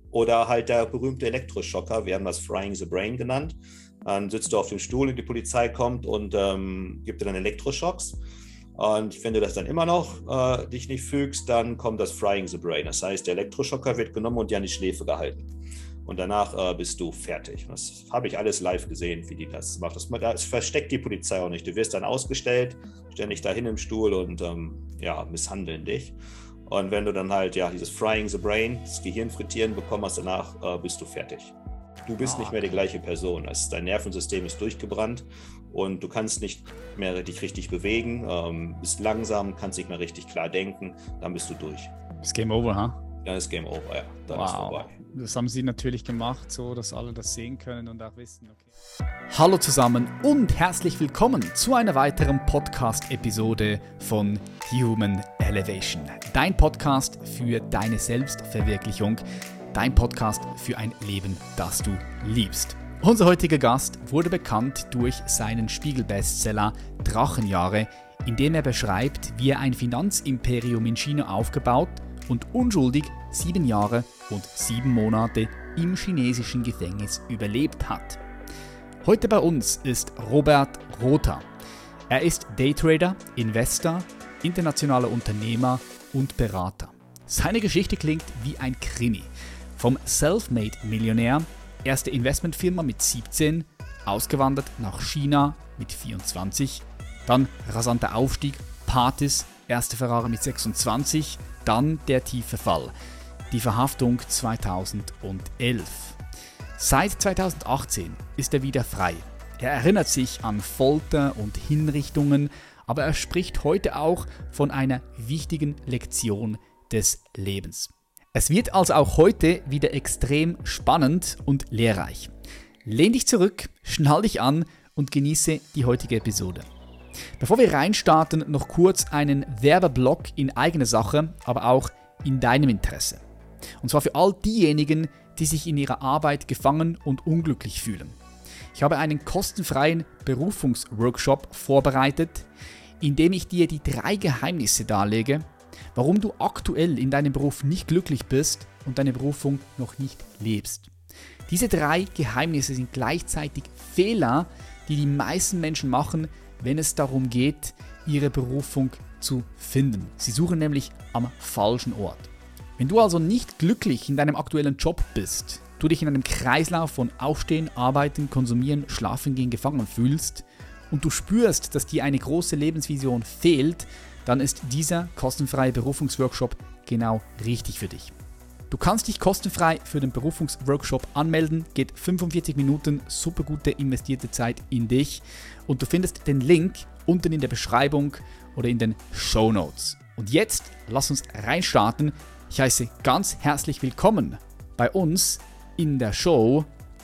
Oder halt der berühmte Elektroschocker, wir haben das Frying the Brain genannt. Dann sitzt du auf dem Stuhl und die Polizei kommt und gibt dir dann Elektroschocks. Und wenn du das dann immer noch dich nicht fügst, dann kommt das Frying the Brain. Das heißt, der Elektroschocker wird genommen und dir an die Schläfe gehalten. Und danach bist du fertig. Das habe ich alles live gesehen, wie die das macht. Das versteckt die Polizei auch nicht. Du wirst dann ausgestellt, ständig dahin im Stuhl und misshandeln dich. Und wenn du dann halt dieses Frying the Brain, das Gehirn frittieren bekommen hast, danach bist du fertig. Du bist nicht mehr die gleiche Person. Dein Nervensystem ist durchgebrannt und du kannst nicht mehr dich richtig bewegen, bist langsam, kannst nicht mehr richtig klar denken, dann bist du durch. Ist Game Over, ha? Dann ist Game Over, ja. Dann ist vorbei. Das haben sie natürlich gemacht, so dass alle das sehen können und auch wissen, okay. Hallo zusammen und herzlich willkommen zu einer weiteren Podcast-Episode von Human Elevation. Dein Podcast für deine Selbstverwirklichung, dein Podcast für ein Leben, das du liebst. Unser heutiger Gast wurde bekannt durch seinen Spiegel-Bestseller Drachenjahre, in dem er beschreibt, wie er ein Finanzimperium in China aufgebaut und unschuldig 7 Jahre und 7 Monate im chinesischen Gefängnis überlebt hat. Heute bei uns ist Robert Rother. Er ist Daytrader, Investor, internationaler Unternehmer und Berater. Seine Geschichte klingt wie ein Krimi. Vom Selfmade-Millionär, erste Investmentfirma mit 17, ausgewandert nach China mit 24, dann rasanter Aufstieg, Partys, erste Ferrari mit 26, dann der tiefe Fall, die Verhaftung 2011. Seit 2018 ist er wieder frei. Er erinnert sich an Folter und Hinrichtungen, aber er spricht heute auch von einer wichtigen Lektion des Lebens. Es wird also auch heute wieder extrem spannend und lehrreich. Lehn dich zurück, schnall dich an und genieße die heutige Episode. Bevor wir reinstarten, noch kurz einen Werbeblock in eigener Sache, aber auch in deinem Interesse. Und zwar für all diejenigen, die sich in ihrer Arbeit gefangen und unglücklich fühlen. Ich habe einen kostenfreien Berufungsworkshop vorbereitet, in dem ich dir die 3 Geheimnisse darlege, warum du aktuell in deinem Beruf nicht glücklich bist und deine Berufung noch nicht lebst. Diese 3 Geheimnisse sind gleichzeitig Fehler, die die meisten Menschen machen, wenn es darum geht, ihre Berufung zu finden. Sie suchen nämlich am falschen Ort. Wenn du also nicht glücklich in deinem aktuellen Job bist, du dich in einem Kreislauf von Aufstehen, Arbeiten, Konsumieren, Schlafen gehen gefangen fühlst und du spürst, dass dir eine große Lebensvision fehlt, dann ist dieser kostenfreie Berufungsworkshop genau richtig für dich. Du kannst dich kostenfrei für den Berufungsworkshop anmelden, geht 45 Minuten, super gute investierte Zeit in dich und du findest den Link unten in der Beschreibung oder in den Shownotes. Und jetzt lass uns reinstarten. Ich heiße ganz herzlich willkommen bei uns in der Show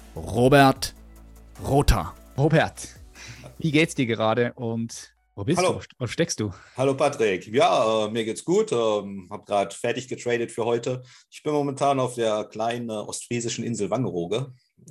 Robert Rother. Robert, wie geht's dir gerade und wo bist du? Wo steckst du? Hallo Patrick. Ja, mir geht's gut. Habe gerade fertig getradet für heute. Ich bin momentan auf der kleinen ostfriesischen Insel Wangerooge,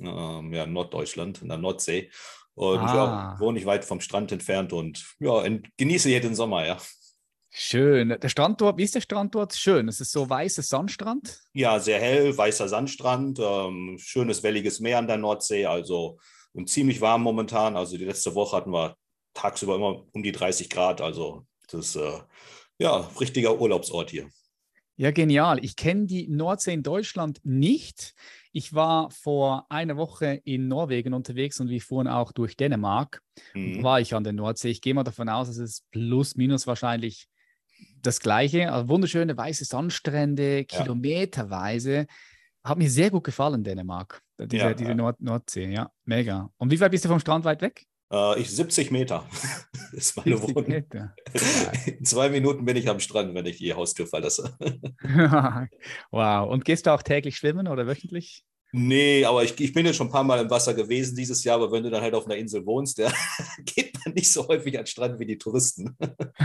in Norddeutschland, in der Nordsee. Und wohne nicht weit vom Strand entfernt und genieße hier den Sommer, ja. Schön. Der Strandort, wie ist der Strandort? Schön. Es ist so weißer Sandstrand? Ja, sehr hell, weißer Sandstrand, schönes welliges Meer an der Nordsee, und ziemlich warm momentan. Also die letzte Woche hatten wir tagsüber immer um die 30 Grad, also das ist richtiger Urlaubsort hier. Ja, genial. Ich kenne die Nordsee in Deutschland nicht. Ich war vor einer Woche in Norwegen unterwegs und wir fuhren auch durch Dänemark. Und da war ich an der Nordsee. Ich gehe mal davon aus, es ist plus minus wahrscheinlich das Gleiche. Also wunderschöne weiße Sandstrände, kilometerweise. Hat mir sehr gut gefallen, Dänemark. Diese Nordsee, ja, mega. Und wie weit bist du vom Strand weit weg? 70 Meter ist meine Wohnung. Meter. In 2 Minuten bin ich am Strand, wenn ich die Haustür verlasse. Wow. Und gehst du auch täglich schwimmen oder wöchentlich? Nee, aber ich bin jetzt schon ein paar Mal im Wasser gewesen dieses Jahr, aber wenn du dann halt auf einer Insel wohnst, geht man nicht so häufig an den Strand wie die Touristen.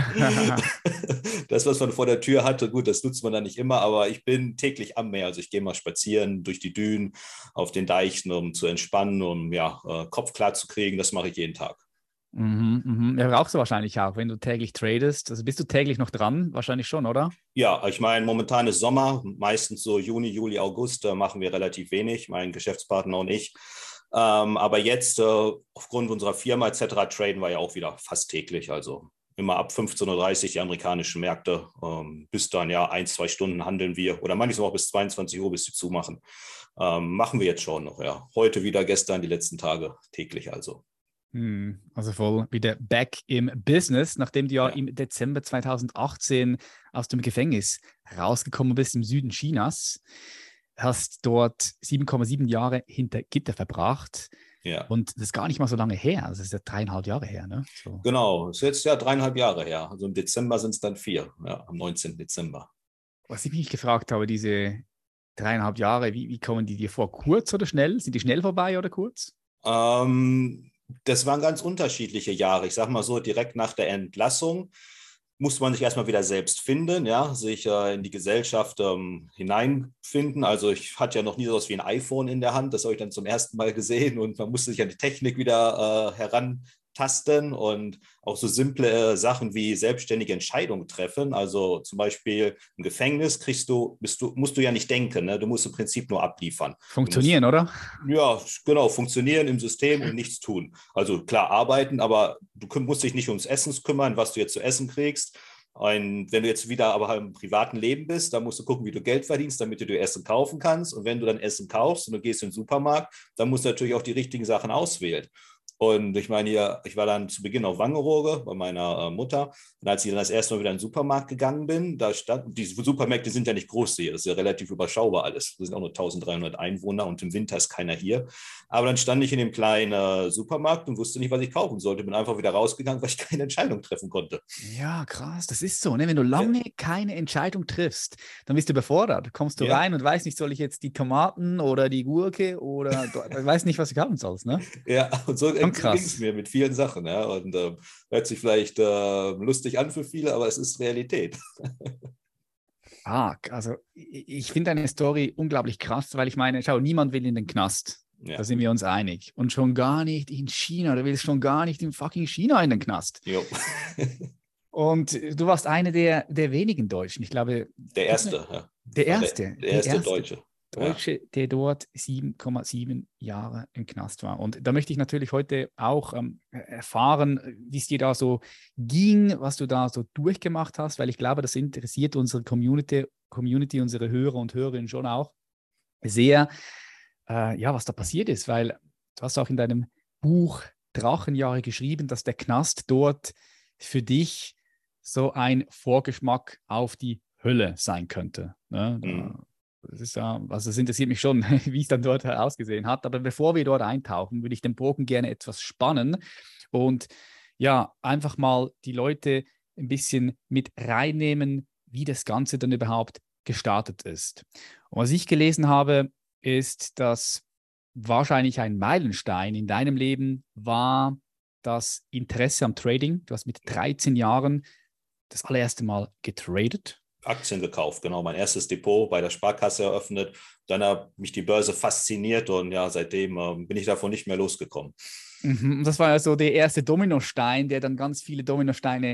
Das, was man vor der Tür hatte, gut, das nutzt man dann nicht immer, aber ich bin täglich am Meer. Also ich gehe mal spazieren durch die Dünen, auf den Deichen, um zu entspannen, um Kopf klar zu kriegen. Das mache ich jeden Tag. Ja, brauchst du wahrscheinlich auch, wenn du täglich tradest. Also bist du täglich noch dran? Wahrscheinlich schon, oder? Ja, ich meine, momentan ist Sommer, meistens so Juni, Juli, August machen wir relativ wenig, mein Geschäftspartner und ich. Aber jetzt aufgrund unserer Firma etc. traden wir ja auch wieder fast täglich. Also immer ab 15:30 Uhr die amerikanischen Märkte. Bis dann ja 1, 2 Stunden handeln wir oder manchmal auch bis 22 Uhr, bis sie zumachen. Machen wir jetzt schon noch, ja. Heute wieder, gestern, die letzten Tage täglich also. Also voll wieder back im Business, nachdem du ja Ja. im Dezember 2018 aus dem Gefängnis rausgekommen bist im Süden Chinas, hast dort 7,7 Jahre hinter Gitter verbracht Ja. und das ist gar nicht mal so lange her, das ist ja 3,5 Jahre her, ne? So. Genau, ist jetzt ja 3,5 Jahre her. Also im Dezember sind es dann 4, ja, am 19. Dezember. Was ich mich gefragt habe, diese 3,5 Jahre, wie kommen die dir vor? Kurz oder schnell? Sind die schnell vorbei oder kurz? Das waren ganz unterschiedliche Jahre. Ich sage mal so, direkt nach der Entlassung musste man sich erstmal wieder selbst finden, ja, sich in die Gesellschaft hineinfinden. Also ich hatte ja noch nie so was wie ein iPhone in der Hand, das habe ich dann zum ersten Mal gesehen und man musste sich an die Technik wieder herantasten und auch so simple Sachen wie selbstständige Entscheidungen treffen. Also zum Beispiel im Gefängnis musst du ja nicht denken, ne? Du musst im Prinzip nur abliefern. Du musst, Funktionieren, oder? ja, genau, funktionieren im System und nichts tun. Also klar arbeiten, aber du musst dich nicht ums Essen kümmern, was du jetzt zu essen kriegst. Und wenn du jetzt wieder aber im privaten Leben bist, dann musst du gucken, wie du Geld verdienst, damit du dir Essen kaufen kannst. Und wenn du dann Essen kaufst und du gehst in den Supermarkt, dann musst du natürlich auch die richtigen Sachen auswählen. Und ich meine, ich war dann zu Beginn auf Wangerooge bei meiner Mutter. Und als ich dann das erste Mal wieder in den Supermarkt gegangen bin, die Supermärkte sind ja nicht groß hier, das ist ja relativ überschaubar alles. Das sind auch nur 1300 Einwohner und im Winter ist keiner hier. Aber dann stand ich in dem kleinen Supermarkt und wusste nicht, was ich kaufen sollte. Bin einfach wieder rausgegangen, weil ich keine Entscheidung treffen konnte. Ja, krass, das ist so, ne? Wenn du Ja, lange keine Entscheidung triffst, dann bist du überfordert. Kommst du ja, rein und weißt nicht, soll ich jetzt die Tomaten oder die Gurke oder du weißt nicht, was du kaufen sollst, ne? ja. Und so Schon ging es krass. mir mit vielen Sachen. Ja. Und hört sich vielleicht lustig an für viele, aber es ist Realität. Also ich finde deine Story unglaublich krass, weil ich meine, schau, niemand will in den Knast. Da Ja, sind wir uns einig. Und schon gar nicht in China. Du willst schon gar nicht in fucking China in den Knast. jo. Und du warst einer der wenigen Deutschen. Ich glaube, Der erste, ja. der War erste, der erste Deutsche. Ja. Deutsche, der dort 7,7 Jahre im Knast war. Und da möchte ich natürlich heute auch erfahren, wie es dir da so ging, was du da so durchgemacht hast, weil ich glaube, das interessiert unsere Community, unsere Hörer und Hörerinnen schon auch sehr, ja, was da passiert ist, weil du hast auch in deinem Buch Drachenjahre geschrieben, dass der Knast dort für dich so ein Vorgeschmack auf die Hölle sein könnte. Ne? Mhm. Das ist ja, also es interessiert mich schon, wie es dann dort ausgesehen hat. Aber bevor wir dort eintauchen, würde ich den Bogen gerne etwas spannen und ja, einfach mal die Leute ein bisschen mit reinnehmen, wie das Ganze dann überhaupt gestartet ist. Und was ich gelesen habe, ist, dass wahrscheinlich ein Meilenstein in deinem Leben war das Interesse am Trading. Du hast mit 13 Jahren das allererste Mal getradet. Aktien gekauft, genau. Mein erstes Depot bei der Sparkasse eröffnet. Dann hat mich die Börse fasziniert und ja, seitdem bin ich davon nicht mehr losgekommen. Und das war ja so der erste Dominostein, der dann ganz viele Dominosteine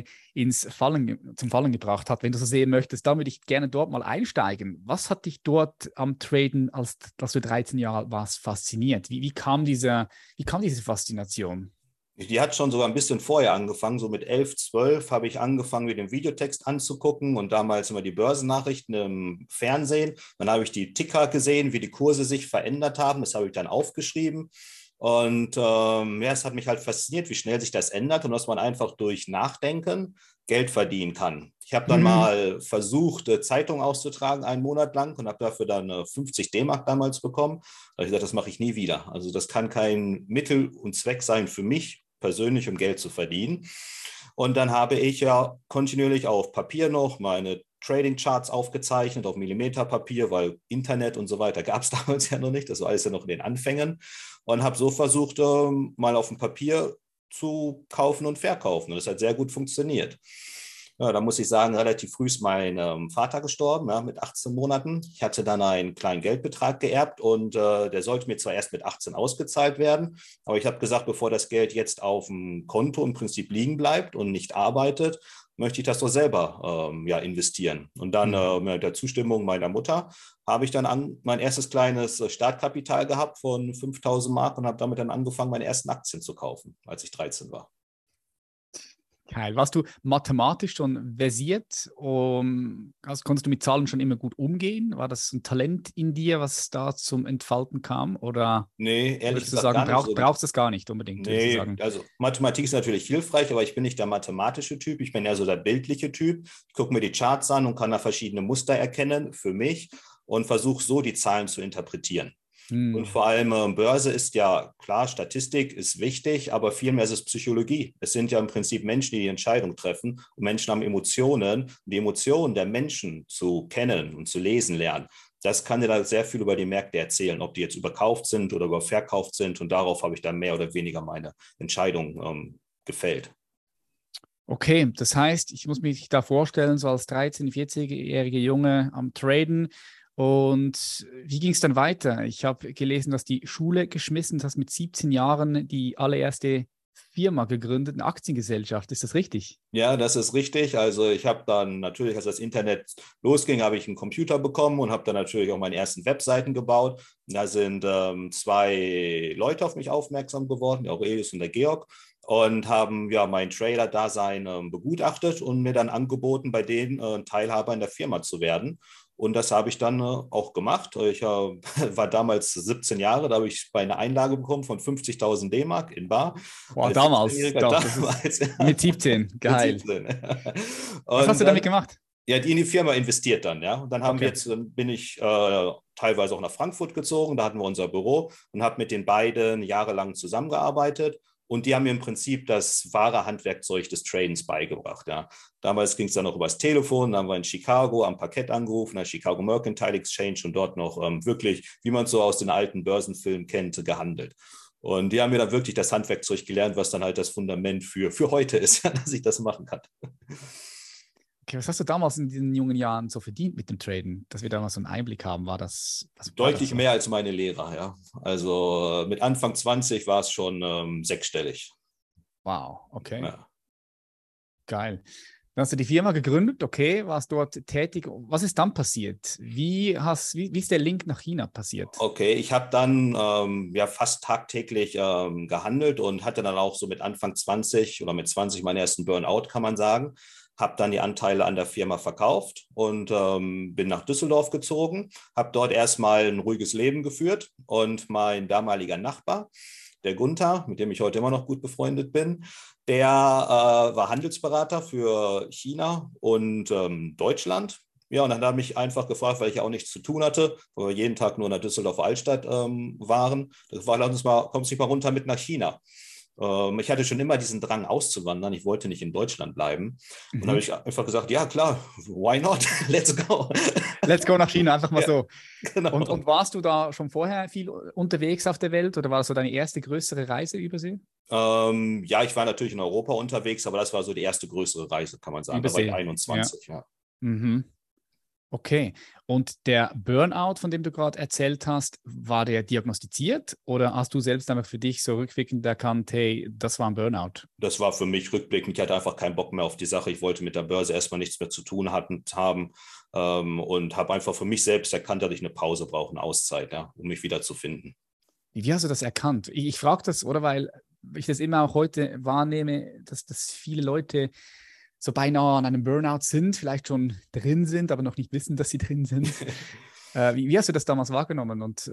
zum Fallen gebracht hat. Wenn du so sehen möchtest, dann würde ich gerne dort mal einsteigen. Was hat dich dort am Traden, als du 13 Jahre alt warst, fasziniert? Wie kam diese Faszination? Die hat schon sogar ein bisschen vorher angefangen. So mit 11, 12 habe ich angefangen, mir den Videotext anzugucken und damals immer die Börsennachrichten im Fernsehen. Dann habe ich die Ticker gesehen, wie die Kurse sich verändert haben. Das habe ich dann aufgeschrieben. Und ja, es hat mich halt fasziniert, wie schnell sich das ändert und dass man einfach durch Nachdenken Geld verdienen kann. Ich habe dann mal versucht, Zeitungen auszutragen, einen Monat lang und habe dafür dann 50 D-Mark damals bekommen. Da habe ich gesagt, das mache ich nie wieder. Also das kann kein Mittel und Zweck sein für mich persönlich, um Geld zu verdienen. Und dann habe ich ja kontinuierlich auf Papier noch meine Trading-Charts aufgezeichnet, auf Millimeterpapier, weil Internet und so weiter gab es damals ja noch nicht. Das war alles ja noch in den Anfängen. Und habe so versucht, mal auf dem Papier zu kaufen und verkaufen. Und das hat sehr gut funktioniert. Ja, da muss ich sagen, relativ früh ist mein Vater gestorben, ja, mit 18 Monaten. Ich hatte dann einen kleinen Geldbetrag geerbt und der sollte mir zwar erst mit 18 ausgezahlt werden, aber ich habe gesagt, bevor das Geld jetzt auf dem Konto im Prinzip liegen bleibt und nicht arbeitet, möchte ich das doch selber ja, investieren. Und dann mit der Zustimmung meiner Mutter habe ich dann mein erstes kleines Startkapital gehabt von 5.000 Mark und habe damit dann angefangen, meine ersten Aktien zu kaufen, als ich 13 war. Geil. Warst du mathematisch schon versiert? Konntest du mit Zahlen schon immer gut umgehen? War das ein Talent in dir, was da zum Entfalten kam? Oder Nee, ehrlich würdest du gesagt sagen, gar nicht so. brauchst du es gar nicht unbedingt, würdest du Nee, sagen? also Mathematik ist natürlich hilfreich, aber ich bin nicht der mathematische Typ. Ich bin eher so der bildliche Typ. Ich gucke mir die Charts an und kann da verschiedene Muster erkennen für mich und versuche so die Zahlen zu interpretieren. Und vor allem Börse ist ja klar, Statistik ist wichtig, aber vielmehr ist es Psychologie. Es sind ja im Prinzip Menschen, die die Entscheidung treffen und Menschen haben Emotionen. Und die Emotionen der Menschen zu kennen und zu lesen lernen, das kann dir da sehr viel über die Märkte erzählen, ob die jetzt überkauft sind oder überverkauft sind. Und darauf habe ich dann mehr oder weniger meine Entscheidung gefällt. Okay, das heißt, ich muss mich da vorstellen, so als 13-, 14-jähriger Junge am Traden. Und wie ging es dann weiter? Ich habe gelesen, dass die Schule geschmissen, hast mit 17 Jahren die allererste Firma gegründet, eine Aktiengesellschaft. Ist das richtig? Ja, das ist richtig. Also ich habe dann natürlich, als das Internet losging, habe ich einen Computer bekommen und habe dann natürlich auch meine ersten Webseiten gebaut. Da sind 2 Leute auf mich aufmerksam geworden, der Aurelius und der Georg, und haben ja mein Trader-Dasein begutachtet und mir dann angeboten, bei denen Teilhaber in der Firma zu werden. Und das habe ich dann auch gemacht. Ich war damals 17 Jahre, da habe ich eine Einlage bekommen von 50.000 D-Mark in bar. Boah, Als damals, 17-Jähriger, doch, damals, ja. mit 17, Mit geil. 17. Was hast Und du damit dann, gemacht? ja, die in die Firma investiert dann, ja. Und dann Okay. bin ich teilweise auch nach Frankfurt gezogen, da hatten wir unser Büro und habe mit den beiden jahrelang zusammengearbeitet. Und die haben mir im Prinzip das wahre Handwerkzeug des Tradens beigebracht. Ja. Damals ging es dann noch übers Telefon, dann haben wir in Chicago am Parkett angerufen, der Chicago Mercantile Exchange und dort noch wirklich, wie man es so aus den alten Börsenfilmen kennt, gehandelt. Und die haben mir dann wirklich das Handwerkzeug gelernt, was dann halt das Fundament für heute ist, ja, dass ich das machen kann. Okay, was hast du damals in diesen jungen Jahren so verdient mit dem Traden? Dass wir da mal so einen Einblick haben, was war das Deutlich so? mehr als meine Lehrer, ja. Also mit Anfang 20 war es schon sechsstellig. Wow, okay, Ja. geil. Dann hast du die Firma gegründet, okay, warst dort tätig. Was ist dann passiert? Wie ist der Link nach China passiert? Okay, ich habe dann ja fast tagtäglich gehandelt und hatte dann auch so mit Anfang 20 oder mit 20 meinen ersten Burnout, kann man sagen. Habe dann die Anteile an der Firma verkauft und bin nach Düsseldorf gezogen, habe dort erstmal ein ruhiges Leben geführt und mein damaliger Nachbar, der Gunther, mit dem ich heute immer noch gut befreundet bin, der war Handelsberater für China und Deutschland. Ja, und dann hat er mich einfach gefragt, weil ich ja auch nichts zu tun hatte, weil wir jeden Tag nur in der Düsseldorfer Altstadt waren. Das war, kommst du nicht mal runter mit nach China. Ich hatte schon immer diesen Drang auszuwandern. Ich wollte nicht in Deutschland bleiben. Und dann habe ich einfach gesagt, ja klar, why not? Let's go. Let's go nach China, einfach mal Ja, so. genau. Und warst du da schon vorher viel unterwegs auf der Welt oder war das so deine erste größere Reise übersee? Ja, ich war natürlich in Europa unterwegs, aber das war so die erste größere Reise, kann man sagen. Da war ich Übersee, ja. 21, ja. Mhm. Okay. Und der Burnout, von dem du gerade erzählt hast, war der diagnostiziert oder hast du selbst einfach für dich so rückwirkend erkannt, hey, das war ein Burnout? Das war für mich rückblickend. Ich hatte einfach keinen Bock mehr auf die Sache. Ich wollte mit der Börse erstmal nichts mehr zu tun haben und habe einfach für mich selbst erkannt, dass ich eine Pause brauche, eine Auszeit, ja, um mich wieder zu finden. Wie hast du das erkannt? Ich frage das, oder weil ich das immer auch heute wahrnehme, dass viele Leute so beinahe an einem Burnout sind, vielleicht schon drin sind, aber noch nicht wissen, dass sie drin sind. Wie hast du das damals wahrgenommen und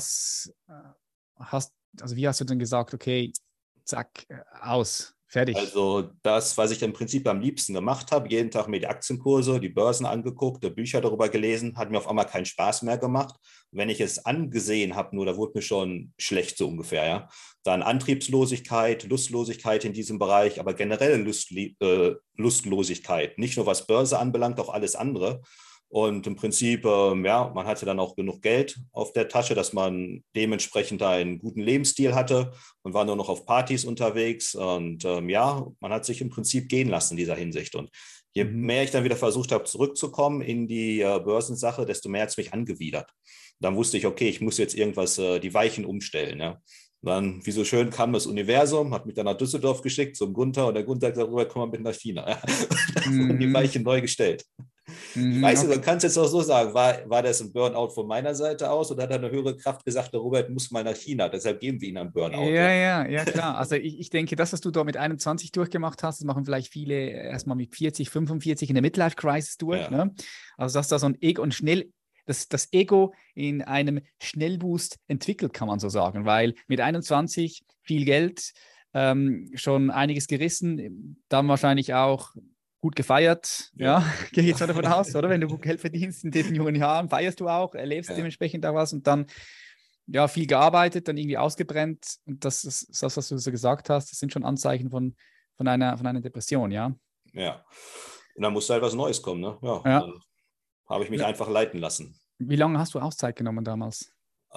wie hast du denn gesagt, okay, zack, aus, fertig? Also das, was ich im Prinzip am liebsten gemacht habe, jeden Tag mir die Aktienkurse, die Börsen angeguckt, Bücher darüber gelesen, hat mir auf einmal keinen Spaß mehr gemacht. Und wenn ich es angesehen habe, nur da wurde mir schon schlecht so ungefähr, ja. Dann Antriebslosigkeit, Lustlosigkeit in diesem Bereich, aber generell Lustlosigkeit, nicht nur was Börse anbelangt, auch alles andere. Und im Prinzip, ja, man hatte dann auch genug Geld auf der Tasche, dass man dementsprechend einen guten Lebensstil hatte und war nur noch auf Partys unterwegs. Und ja, man hat sich im Prinzip gehen lassen in dieser Hinsicht. Und Je mehr ich dann wieder versucht habe, zurückzukommen in die Börsensache, desto mehr hat es mich angewidert. Dann wusste ich, okay, ich muss jetzt irgendwas, die Weichen umstellen. Ja. Dann, wie so schön, kam das Universum, hat mich dann nach Düsseldorf geschickt zum Gunther und der Gunther hat gesagt, rüber, komm mal mit nach China. Ja. Da wurden die Weichen neu gestellt. Ich weiß nicht, man kann es jetzt auch so sagen, war das ein Burnout von meiner Seite aus oder hat eine höhere Kraft gesagt, der Robert muss mal nach China, deshalb geben wir ihn einen Burnout. Ja, klar. Also ich denke, das, was du da mit 21 durchgemacht hast, das machen vielleicht viele erstmal mit 40, 45 in der Midlife-Crisis durch. Ja. Ne? Also dass da so ein Ego und das Ego in einem Schnellboost entwickelt, kann man so sagen, weil mit 21 viel Geld, schon einiges gerissen, dann wahrscheinlich auch gut gefeiert, ja, gehe ich jetzt mal davon aus, oder? Wenn du gut Geld verdienst in diesen jungen Jahren, feierst du auch, erlebst dementsprechend auch was und dann viel gearbeitet, dann irgendwie ausgebrennt und das ist das, was du so gesagt hast, das sind schon Anzeichen von einer Depression, ja. Ja, und dann musste halt was Neues kommen, ne? Ja. Dann habe ich mich einfach leiten lassen. Wie lange hast du Auszeit genommen damals?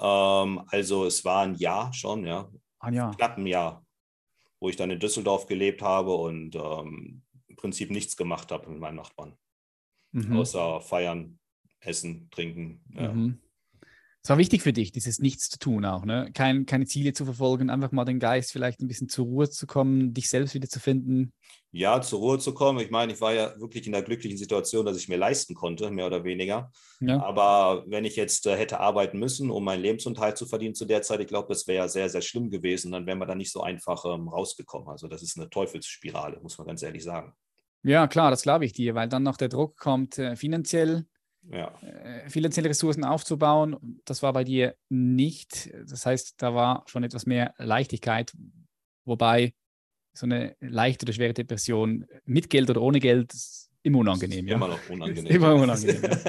Also es war ein Jahr schon, ja. Ein Jahr. Knapp ein Jahr, wo ich dann in Düsseldorf gelebt habe und im Prinzip nichts gemacht habe mit meinem Nachbarn. Außer feiern, essen, trinken. Ja. Es war wichtig für dich, dieses Nichts zu tun auch, ne? Keine Ziele zu verfolgen, einfach mal den Geist vielleicht ein bisschen zur Ruhe zu kommen, dich selbst wieder zu finden. Ja, zur Ruhe zu kommen. Ich meine, ich war ja wirklich in der glücklichen Situation, dass ich mir leisten konnte, mehr oder weniger. Ja. Aber wenn ich jetzt hätte arbeiten müssen, um meinen Lebensunterhalt zu verdienen zu der Zeit, ich glaube, das wäre ja sehr, sehr schlimm gewesen. Dann wären wir da nicht so einfach rausgekommen. Also das ist eine Teufelsspirale, muss man ganz ehrlich sagen. Ja, klar, das glaube ich dir, weil dann noch der Druck kommt, finanzielle Ressourcen aufzubauen. Das war bei dir nicht. Das heißt, da war schon etwas mehr Leichtigkeit, wobei so eine leichte oder schwere Depression mit Geld oder ohne Geld ist immer unangenehm. Immer noch unangenehm. Immer unangenehm, ja.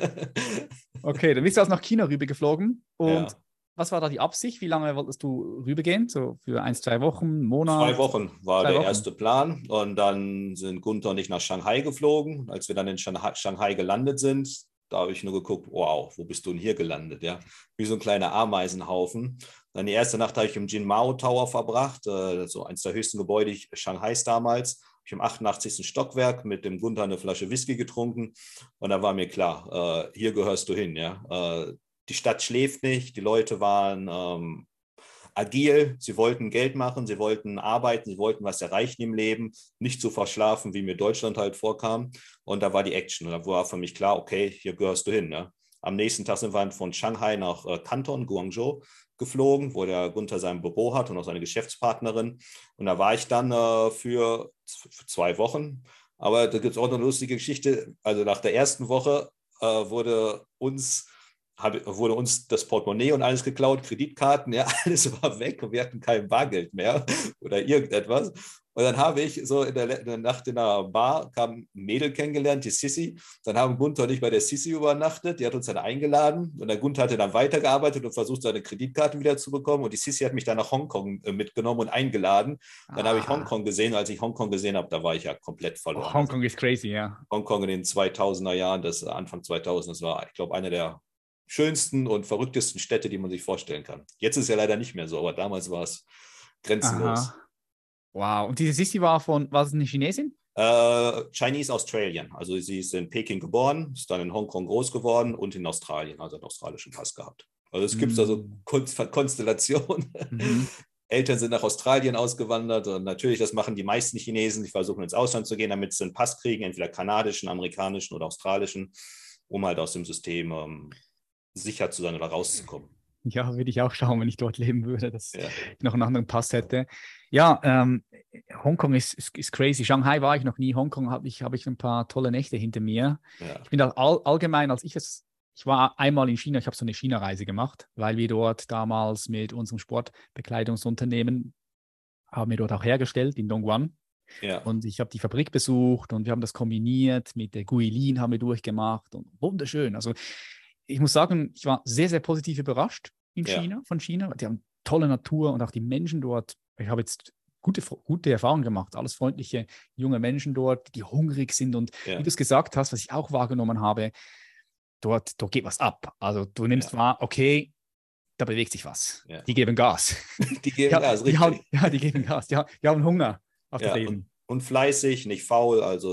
Okay, dann bist du also nach China rübergeflogen und was war da die Absicht? Wie lange wolltest du rübergehen? So für 1, 2 Wochen, einen Monat? 2 Wochen war der erste Plan. Und dann sind Gunther und ich nach Shanghai geflogen. Als wir dann in Shanghai gelandet sind, da habe ich nur geguckt, wow, wo bist du denn hier gelandet? Ja? Wie so ein kleiner Ameisenhaufen. Dann die erste Nacht habe ich im Jinmao Tower verbracht, so eines der höchsten Gebäude Shanghais damals. Ich im 88. Stockwerk mit dem Gunther eine Flasche Whisky getrunken. Und da war mir klar, hier gehörst du hin. Ja? Die Stadt schläft nicht, die Leute waren agil, sie wollten Geld machen, sie wollten arbeiten, sie wollten was erreichen im Leben, nicht so verschlafen, wie mir Deutschland halt vorkam. Und da war die Action. Und da war für mich klar, okay, hier gehörst du hin. Ne? Am nächsten Tag sind wir von Shanghai nach Canton, Guangzhou geflogen, wo der Gunther sein Büro hat und auch seine Geschäftspartnerin. Und da war ich dann für 2 Wochen. Aber da gibt es auch eine lustige Geschichte. Also nach der ersten Woche wurde uns das Portemonnaie und alles geklaut, Kreditkarten, ja, alles war weg und wir hatten kein Bargeld mehr oder irgendetwas. Und dann habe ich so in der Nacht in der Bar, kam ein Mädel kennengelernt, die Sissi. Dann haben Gunther und ich bei der Sissi übernachtet, die hat uns dann eingeladen und der Gunther hatte dann weitergearbeitet und versucht, seine Kreditkarten wieder zu bekommen und die Sissi hat mich dann nach Hongkong mitgenommen und eingeladen. Dann habe ich Hongkong gesehen. Als ich Hongkong gesehen habe, da war ich ja komplett verloren. Hongkong ist crazy, ja. Hongkong in den 2000er Jahren, Anfang 2000, das war, ich glaube, eine der schönsten und verrücktesten Städte, die man sich vorstellen kann. Jetzt ist es ja leider nicht mehr so, aber damals war es grenzenlos. Aha. Wow. Und diese Sissi war es eine Chinesin? Chinese Australian. Also sie ist in Peking geboren, ist dann in Hongkong groß geworden und in Australien, also einen australischen Pass gehabt. Also es gibt da so Konstellationen. Eltern sind nach Australien ausgewandert und natürlich, das machen die meisten Chinesen, die versuchen ins Ausland zu gehen, damit sie einen Pass kriegen, entweder kanadischen, amerikanischen oder australischen, um halt aus dem System sicher zu sein oder rauszukommen. Ja, würde ich auch schauen, wenn ich dort leben würde, dass ich noch einen anderen Pass hätte. Ja, Hongkong ist crazy. Shanghai war ich noch nie. Hongkong habe ich ein paar tolle Nächte hinter mir. Ja. Ich bin da allgemein, ich war einmal in China, ich habe so eine China-Reise gemacht, weil wir dort damals mit unserem Sportbekleidungsunternehmen haben wir dort auch hergestellt in Dongguan. Ja. Und ich habe die Fabrik besucht und wir haben das kombiniert mit der Guilin haben wir durchgemacht und wunderschön. Also ich muss sagen, ich war sehr, sehr positiv überrascht von China. Die haben tolle Natur und auch die Menschen dort. Ich habe jetzt gute Erfahrungen gemacht. Alles freundliche, junge Menschen dort, die hungrig sind. Und wie du es gesagt hast, was ich auch wahrgenommen habe, dort geht was ab. Also du nimmst wahr, okay, da bewegt sich was. Ja. Die geben Gas. Die geben Gas, richtig. Die geben Gas. Die haben Hunger auf das Leben. Und fleißig, nicht faul. Also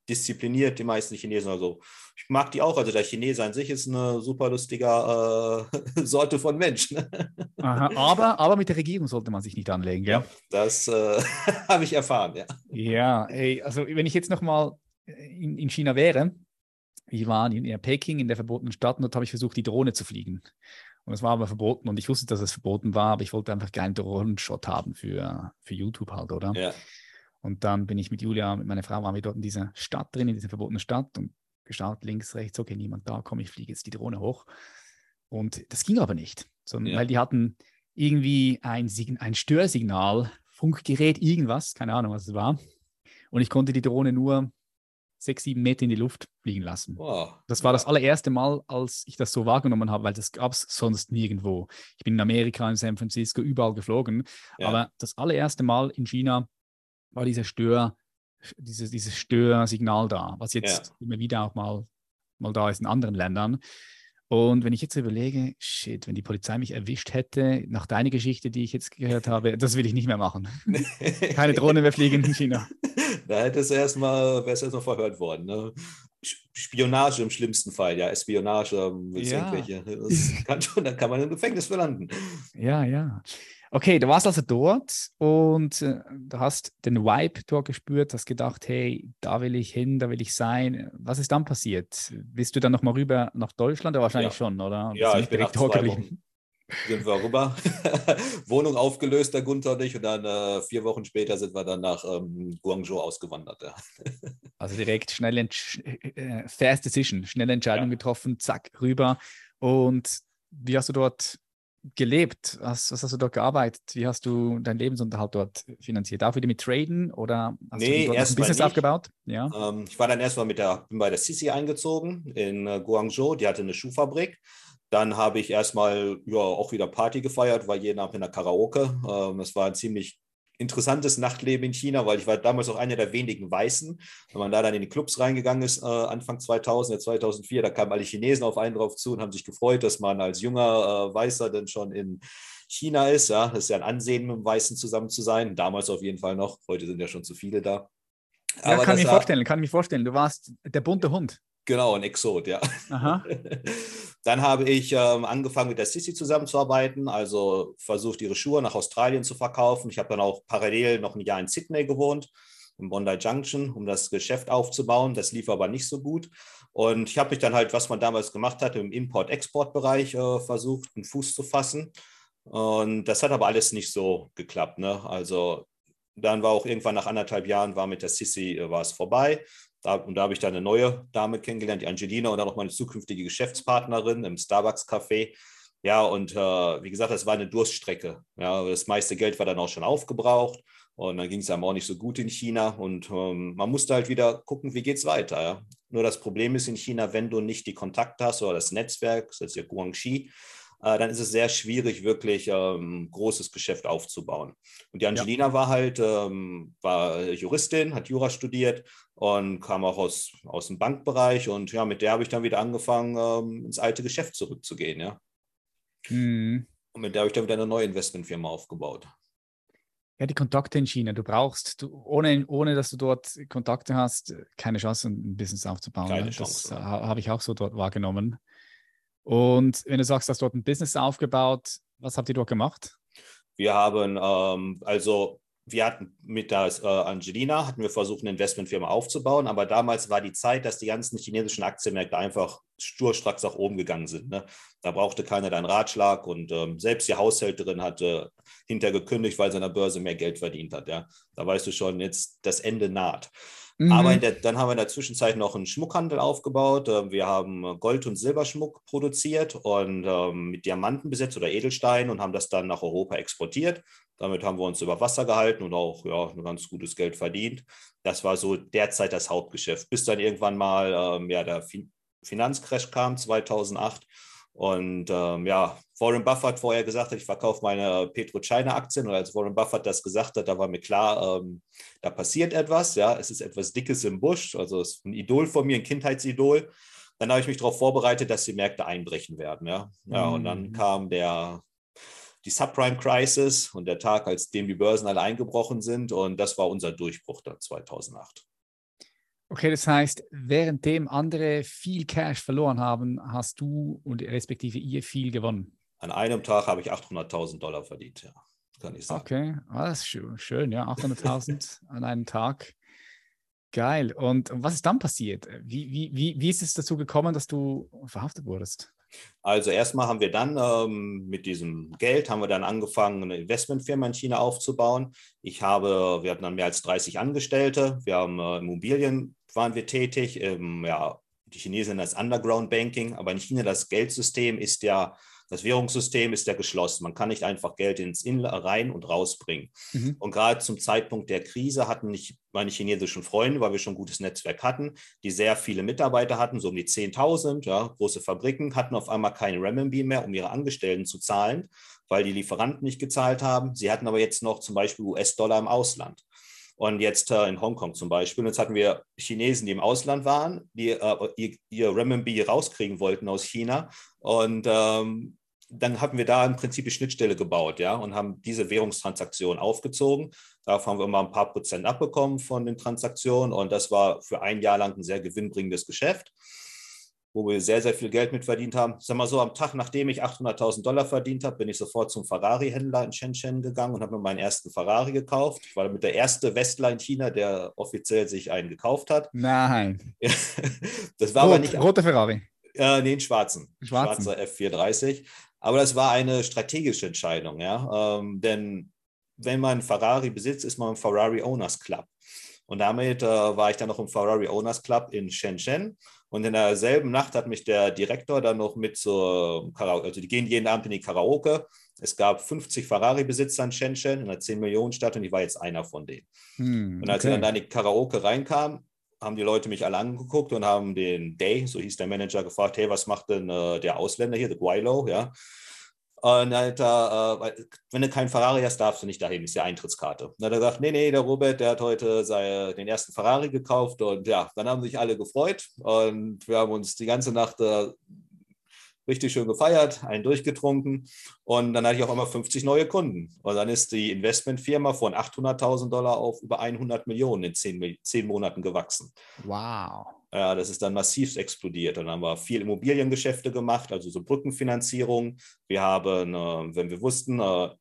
diszipliniert, die meisten Chinesen. Also ich mag die auch. Also der Chinese an sich ist eine super lustige Sorte von Mensch. Ne? Aha, aber mit der Regierung sollte man sich nicht anlegen, gell? Ja, das habe ich erfahren, ja. Ja, ey, also wenn ich jetzt nochmal in China wäre, ich war in Peking, in der verbotenen Stadt, und dort habe ich versucht, die Drohne zu fliegen. Und es war aber verboten und ich wusste, dass es verboten war, aber ich wollte einfach keinen Drohnenshot haben für YouTube halt, oder? Ja. Und dann bin ich mit Julia, mit meiner Frau, waren wir dort in dieser Stadt drin, in dieser verbotenen Stadt und geschaut, links, rechts, okay, niemand da, komm, ich fliege jetzt die Drohne hoch. Und das ging aber nicht, sondern, weil die hatten irgendwie ein Störsignal, Funkgerät, irgendwas, keine Ahnung, was es war. Und ich konnte die Drohne nur 6, 7 Meter in die Luft fliegen lassen. Wow. Das war das allererste Mal, als ich das so wahrgenommen habe, weil das gab es sonst nirgendwo. Ich bin in Amerika, in San Francisco, überall geflogen. Ja. Aber das allererste Mal in China war dieses Störsignal da, was jetzt immer wieder auch mal da ist in anderen Ländern. Und wenn ich jetzt überlege, shit, wenn die Polizei mich erwischt hätte, nach deiner Geschichte, die ich jetzt gehört habe, das will ich nicht mehr machen. Keine Drohne mehr fliegen in China. Da wärst du erstmal verhört worden. Ne? Spionage im schlimmsten Fall, ja, Espionage, irgendwelche. Da kann man im Gefängnis verlanden. Ja. Okay, du warst also dort und du hast den Vibe dort gespürt, hast gedacht, hey, da will ich hin, da will ich sein. Was ist dann passiert? Bist du dann nochmal rüber nach Deutschland? Wahrscheinlich schon, oder? Ja, ich bin nach 2 Wochen. Sind wir rüber. Wohnung aufgelöst, der Gunther und ich. Und dann 4 Wochen später sind wir dann nach Guangzhou ausgewandert. Ja. Also direkt fast decision, schnelle Entscheidung getroffen, zack, rüber. Und wie hast du dort gelebt? Was hast du dort gearbeitet? Wie hast du deinen Lebensunterhalt dort finanziert? Auch wieder mit Traden oder hast du dort ein Business aufgebaut? Ja. Ich war dann erstmal bin bei der Sisi eingezogen in Guangzhou. Die hatte eine Schuhfabrik. Dann habe ich erstmal auch wieder Party gefeiert, war jeden Abend in der Karaoke. Es war ein ziemlich interessantes Nachtleben in China, weil ich war damals auch einer der wenigen Weißen. Wenn man da dann in die Clubs reingegangen ist, Anfang 2000, 2004, da kamen alle Chinesen auf einen drauf zu und haben sich gefreut, dass man als junger Weißer dann schon in China ist. Ja, das ist ja ein Ansehen, mit dem Weißen zusammen zu sein. Damals auf jeden Fall noch. Heute sind ja schon zu viele da. Ja, kann ich mir vorstellen. Du warst der bunte Hund. Genau, ein Exot, ja. Aha. Dann habe ich angefangen, mit der Sisi zusammenzuarbeiten, also versucht, ihre Schuhe nach Australien zu verkaufen. Ich habe dann auch parallel noch ein Jahr in Sydney gewohnt, in Bondi Junction, um das Geschäft aufzubauen. Das lief aber nicht so gut. Und ich habe mich dann halt, was man damals gemacht hatte, im Import-Export-Bereich versucht, einen Fuß zu fassen. Und das hat aber alles nicht so geklappt. Ne? Also dann war auch irgendwann nach 1,5 Jahren mit der Sisi war es vorbei. Und da habe ich dann eine neue Dame kennengelernt, die Angelina, und dann auch meine zukünftige Geschäftspartnerin im Starbucks-Café. Ja, und wie gesagt, das war eine Durststrecke. Ja, das meiste Geld war dann auch schon aufgebraucht. Und dann ging es einem auch nicht so gut in China. Und man musste halt wieder gucken, wie geht es weiter. Ja? Nur das Problem ist in China, wenn du nicht die Kontakte hast oder das Netzwerk, das ist ja Guangxi, dann ist es sehr schwierig, wirklich großes Geschäft aufzubauen. Und die Angelina war Juristin, hat Jura studiert und kam auch aus dem Bankbereich. Und ja, mit der habe ich dann wieder angefangen, ins alte Geschäft zurückzugehen. Ja. Und mit der habe ich dann wieder eine neue Investmentfirma aufgebaut. Ja, die Kontakte in China. Ohne dass du dort Kontakte hast, keine Chance, ein Business aufzubauen. Keine Chance. Das habe ich auch so dort wahrgenommen. Und wenn du sagst, du hast dort ein Business aufgebaut, was habt ihr dort gemacht? Wir haben, wir hatten mit der Angelina, hatten wir versucht, eine Investmentfirma aufzubauen, aber damals war die Zeit, dass die ganzen chinesischen Aktienmärkte einfach sturstracks nach oben gegangen sind. Ne? Da brauchte keiner deinen Ratschlag und selbst die Haushälterin hatte hinterher gekündigt, weil sie an der Börse mehr Geld verdient hat. Ja? Da weißt du schon, jetzt das Ende naht. Aber dann haben wir in der Zwischenzeit noch einen Schmuckhandel aufgebaut. Wir haben Gold- und Silberschmuck produziert und mit Diamanten besetzt oder Edelstein und haben das dann nach Europa exportiert. Damit haben wir uns über Wasser gehalten und auch ein ganz gutes Geld verdient. Das war so derzeit das Hauptgeschäft, bis dann irgendwann mal der Finanzcrash kam 2008. Und Warren Buffett vorher gesagt hat, ich verkaufe meine PetroChina-Aktien. Und als Warren Buffett das gesagt hat, da war mir klar, da passiert etwas. Ja, es ist etwas Dickes im Busch. Also es ist ein Idol von mir, ein Kindheitsidol. Dann habe ich mich darauf vorbereitet, dass die Märkte einbrechen werden. Ja, und dann kam die Subprime-Crisis und der Tag, als dem die Börsen alle eingebrochen sind. Und das war unser Durchbruch dann 2008. Okay, das heißt, währenddem andere viel Cash verloren haben, hast du und respektive ihr viel gewonnen. An einem Tag habe ich $800.000 verdient, ja, kann ich sagen. Okay, das ist schön, ja, 800.000 an einem Tag. Geil. Und was ist dann passiert? Wie ist es dazu gekommen, dass du verhaftet wurdest? Also erstmal haben wir dann mit diesem Geld haben wir dann angefangen, eine Investmentfirma in China aufzubauen. Wir hatten dann mehr als 30 Angestellte. Wir haben Immobilien waren wir tätig. Ja, die Chinesen nennen das Underground Banking, aber in China das Geldsystem ist ja, das Währungssystem ist ja geschlossen. Man kann nicht einfach Geld ins Inland rein und rausbringen. Mhm. Und gerade zum Zeitpunkt der Krise hatten nicht meine chinesischen Freunde, weil wir schon ein gutes Netzwerk hatten, die sehr viele Mitarbeiter hatten, so um die 10.000, ja, große Fabriken, hatten auf einmal keine Renminbi mehr, um ihre Angestellten zu zahlen, weil die Lieferanten nicht gezahlt haben. Sie hatten aber jetzt noch zum Beispiel US-Dollar im Ausland. Und jetzt in Hongkong zum Beispiel. Und jetzt hatten wir Chinesen, die im Ausland waren, die ihr Renminbi rauskriegen wollten aus China. Und dann hatten wir da im Prinzip die Schnittstelle gebaut, ja, und haben diese Währungstransaktion aufgezogen. Darauf haben wir immer ein paar Prozent abbekommen von den Transaktionen. Und das war für ein Jahr lang ein sehr gewinnbringendes Geschäft, wo wir sehr, sehr viel Geld mit verdient haben. Sag mal so, am Tag, nachdem ich $800.000 verdient habe, bin ich sofort zum Ferrari-Händler in Shenzhen gegangen und habe mir meinen ersten Ferrari gekauft. Ich war damit der erste Westler in China, der offiziell sich einen gekauft hat. Nein. Das war aber nicht... Roter Ferrari? Nee, einen schwarzen. Schwarzen. Schwarzer F430. Aber das war eine strategische Entscheidung, ja. Denn wenn man einen Ferrari besitzt, ist man im Ferrari Owners Club. Und damit war ich dann noch im Ferrari Owners Club in Shenzhen. Und in derselben Nacht hat mich der Direktor dann noch mit zur Karaoke, also die gehen jeden Abend in die Karaoke. Es gab 50 Ferrari-Besitzer in Shenzhen, in einer 10-Millionen-Stadt, und ich war jetzt einer von denen. Und als ich dann in die Karaoke reinkam, haben die Leute mich alle angeguckt und haben den Day, so hieß der Manager, gefragt, hey, was macht denn der Ausländer hier, der Guaylo, ja? Und wenn du keinen Ferrari hast, darfst du nicht dahin, ist ja Eintrittskarte. Und dann hat er gesagt, nee, der Robert, der hat heute den ersten Ferrari gekauft. Und ja, dann haben sich alle gefreut und wir haben uns die ganze Nacht richtig schön gefeiert, einen durchgetrunken, und dann hatte ich auf einmal 50 neue Kunden. Und dann ist die Investmentfirma von $800.000 auf über 100 Millionen in 10 Monaten gewachsen. Wow. Ja, das ist dann massiv explodiert. Und dann haben wir viel Immobiliengeschäfte gemacht, also so Brückenfinanzierung. Wir haben, wenn wir wussten,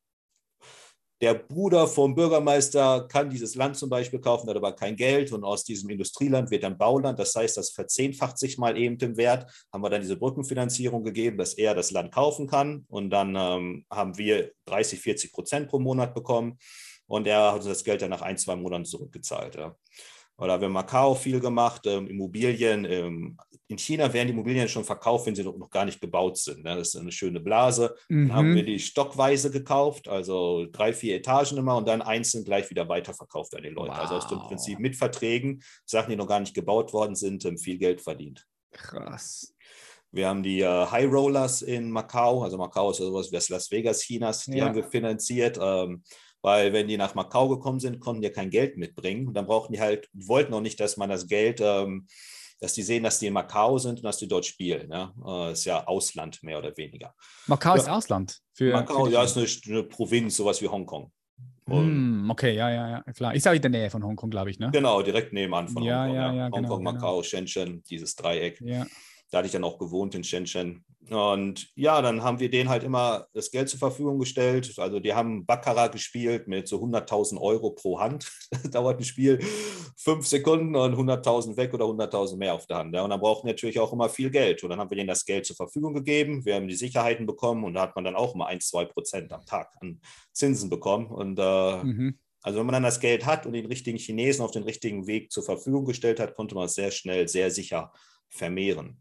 der Bruder vom Bürgermeister kann dieses Land zum Beispiel kaufen, hat aber kein Geld, und aus diesem Industrieland wird dann Bauland. Das heißt, das verzehnfacht sich mal eben im Wert. Haben wir dann diese Brückenfinanzierung gegeben, dass er das Land kaufen kann, und dann haben wir 30-40% pro Monat bekommen, und er hat uns das Geld dann nach 1-2 Monaten zurückgezahlt. Ja. Oder wir haben Macau viel gemacht, Immobilien. In China werden die Immobilien schon verkauft, wenn sie noch gar nicht gebaut sind. Ne? Das ist eine schöne Blase. Dann haben wir die stockweise gekauft, also 3-4 Etagen immer, und dann einzeln gleich wieder weiterverkauft an die Leute. Wow. Also hast du im Prinzip mit Verträgen, Sachen, die noch gar nicht gebaut worden sind, viel Geld verdient. Krass. Wir haben die High Rollers in Macau, also Macau ist sowas wie das Las Vegas Chinas, die haben wir finanziert. Weil wenn die nach Macau gekommen sind, konnten die kein Geld mitbringen. Und dann wollten auch nicht, dass man das Geld, dass die sehen, dass die in Macau sind und dass die dort spielen. Ja? Ist ja Ausland mehr oder weniger. Macau ist Ausland? Macau, ja, ist eine Provinz, sowas wie Hongkong. Okay, ja, klar. Ist ja in der Nähe von Hongkong, glaube ich, ne? Genau, direkt nebenan von Hongkong. Ja, Hongkong, genau, Macau, Shenzhen, dieses Dreieck. Ja. Da hatte ich dann auch gewohnt in Shenzhen. Und ja, dann haben wir denen halt immer das Geld zur Verfügung gestellt. Also die haben Baccarat gespielt mit so 100.000 Euro pro Hand. Das dauert ein Spiel 5 Sekunden und 100.000 weg oder 100.000 mehr auf der Hand. Ja. Und dann brauchten natürlich auch immer viel Geld. Und dann haben wir denen das Geld zur Verfügung gegeben. Wir haben die Sicherheiten bekommen, und da hat man dann auch immer 1-2% am Tag an Zinsen bekommen. Und also wenn man dann das Geld hat und den richtigen Chinesen auf den richtigen Weg zur Verfügung gestellt hat, konnte man es sehr schnell, sehr sicher vermehren.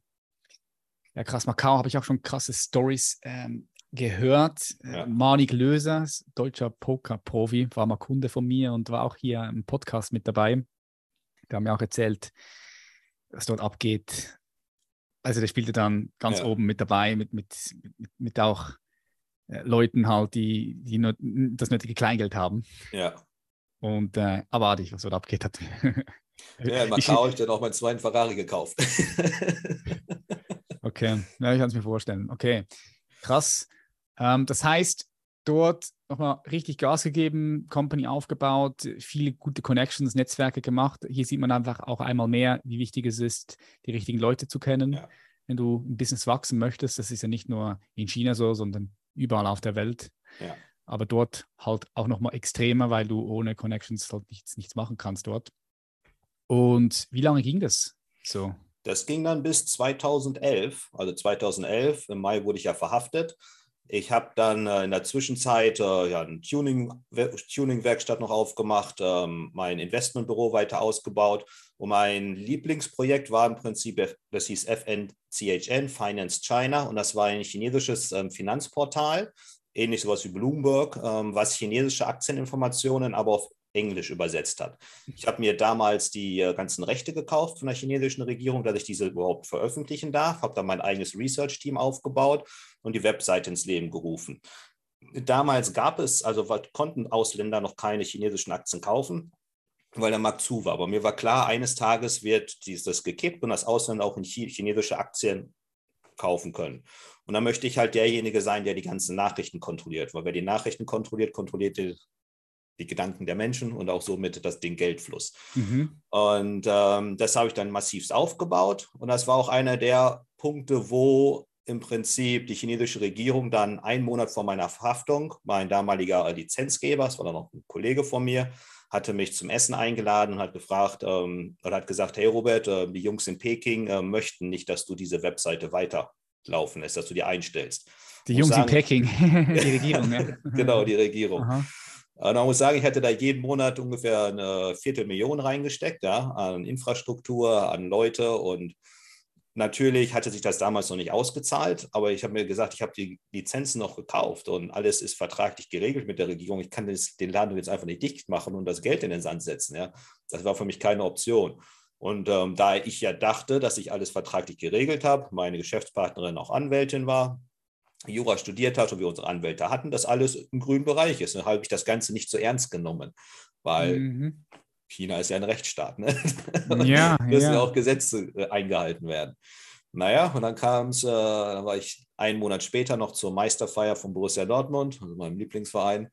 Ja, krass. Macau habe ich auch schon krasse Stories gehört. Ja. Manik Löser, deutscher Poker-Profi, war mal Kunde von mir und war auch hier im Podcast mit dabei. Der hat mir auch erzählt, was dort abgeht. Also der spielte dann ganz oben mit dabei, mit auch Leuten halt, die nur das nötige Kleingeld haben. Ja. Und abartig, was dort abgeht. Ja, in Macau habe ich dann auch meinen zweiten Ferrari gekauft. Okay, ja, ich kann es mir vorstellen. Okay, krass. Das heißt, dort nochmal richtig Gas gegeben, Company aufgebaut, viele gute Connections, Netzwerke gemacht. Hier sieht man einfach auch einmal mehr, wie wichtig es ist, die richtigen Leute zu kennen. Ja. Wenn du ein Business wachsen möchtest, das ist ja nicht nur in China so, sondern überall auf der Welt. Ja. Aber dort halt auch nochmal extremer, weil du ohne Connections halt nichts machen kannst dort. Und wie lange ging das so? Das ging dann bis 2011. Also 2011, im Mai wurde ich ja verhaftet. Ich habe dann in der Zwischenzeit eine Tuning-Werkstatt noch aufgemacht, mein Investmentbüro weiter ausgebaut. Und mein Lieblingsprojekt war im Prinzip, das hieß FNCHN, Finance China. Und das war ein chinesisches Finanzportal, ähnlich sowas wie Bloomberg, was chinesische Aktieninformationen aber auf Englisch übersetzt hat. Ich habe mir damals die ganzen Rechte gekauft von der chinesischen Regierung, dass ich diese überhaupt veröffentlichen darf, habe dann mein eigenes Research-Team aufgebaut und die Webseite ins Leben gerufen. Damals konnten Ausländer noch keine chinesischen Aktien kaufen, weil der Markt zu war. Aber mir war klar, eines Tages wird das gekippt und das Ausländer auch in chinesische Aktien kaufen können. Und dann möchte ich halt derjenige sein, der die ganzen Nachrichten kontrolliert, weil wer die Nachrichten kontrolliert, kontrolliert die Gedanken der Menschen und auch somit den Geldfluss. Und das habe ich dann massivst aufgebaut. Und das war auch einer der Punkte, wo im Prinzip die chinesische Regierung dann einen Monat vor meiner Verhaftung, mein damaliger Lizenzgeber, das war dann noch ein Kollege von mir, hatte mich zum Essen eingeladen und hat gefragt oder hat gesagt, hey Robert, die Jungs in Peking möchten nicht, dass du diese Webseite weiterlaufen lässt, dass du die einstellst. Die Jungs in Peking, die Regierung, ja. Genau, die Regierung. Aha. Und man muss sagen, ich hätte da jeden Monat ungefähr eine Viertelmillion reingesteckt, ja, an Infrastruktur, an Leute. Und natürlich hatte sich das damals noch nicht ausgezahlt, aber ich habe mir gesagt, ich habe die Lizenzen noch gekauft und alles ist vertraglich geregelt mit der Regierung. Ich kann den Laden jetzt einfach nicht dicht machen und das Geld in den Sand setzen. Ja. Das war für mich keine Option. Und da ich ja dachte, dass ich alles vertraglich geregelt habe, meine Geschäftspartnerin auch Anwältin war, Jura studiert hat und wir unsere Anwälte hatten, dass alles im grünen Bereich ist. Dann habe ich das Ganze nicht so ernst genommen, weil China ist ja ein Rechtsstaat. Ne? Ja, müssen ja auch Gesetze eingehalten werden. Naja, und dann dann war ich einen Monat später noch zur Meisterfeier von Borussia Dortmund, also meinem Lieblingsverein,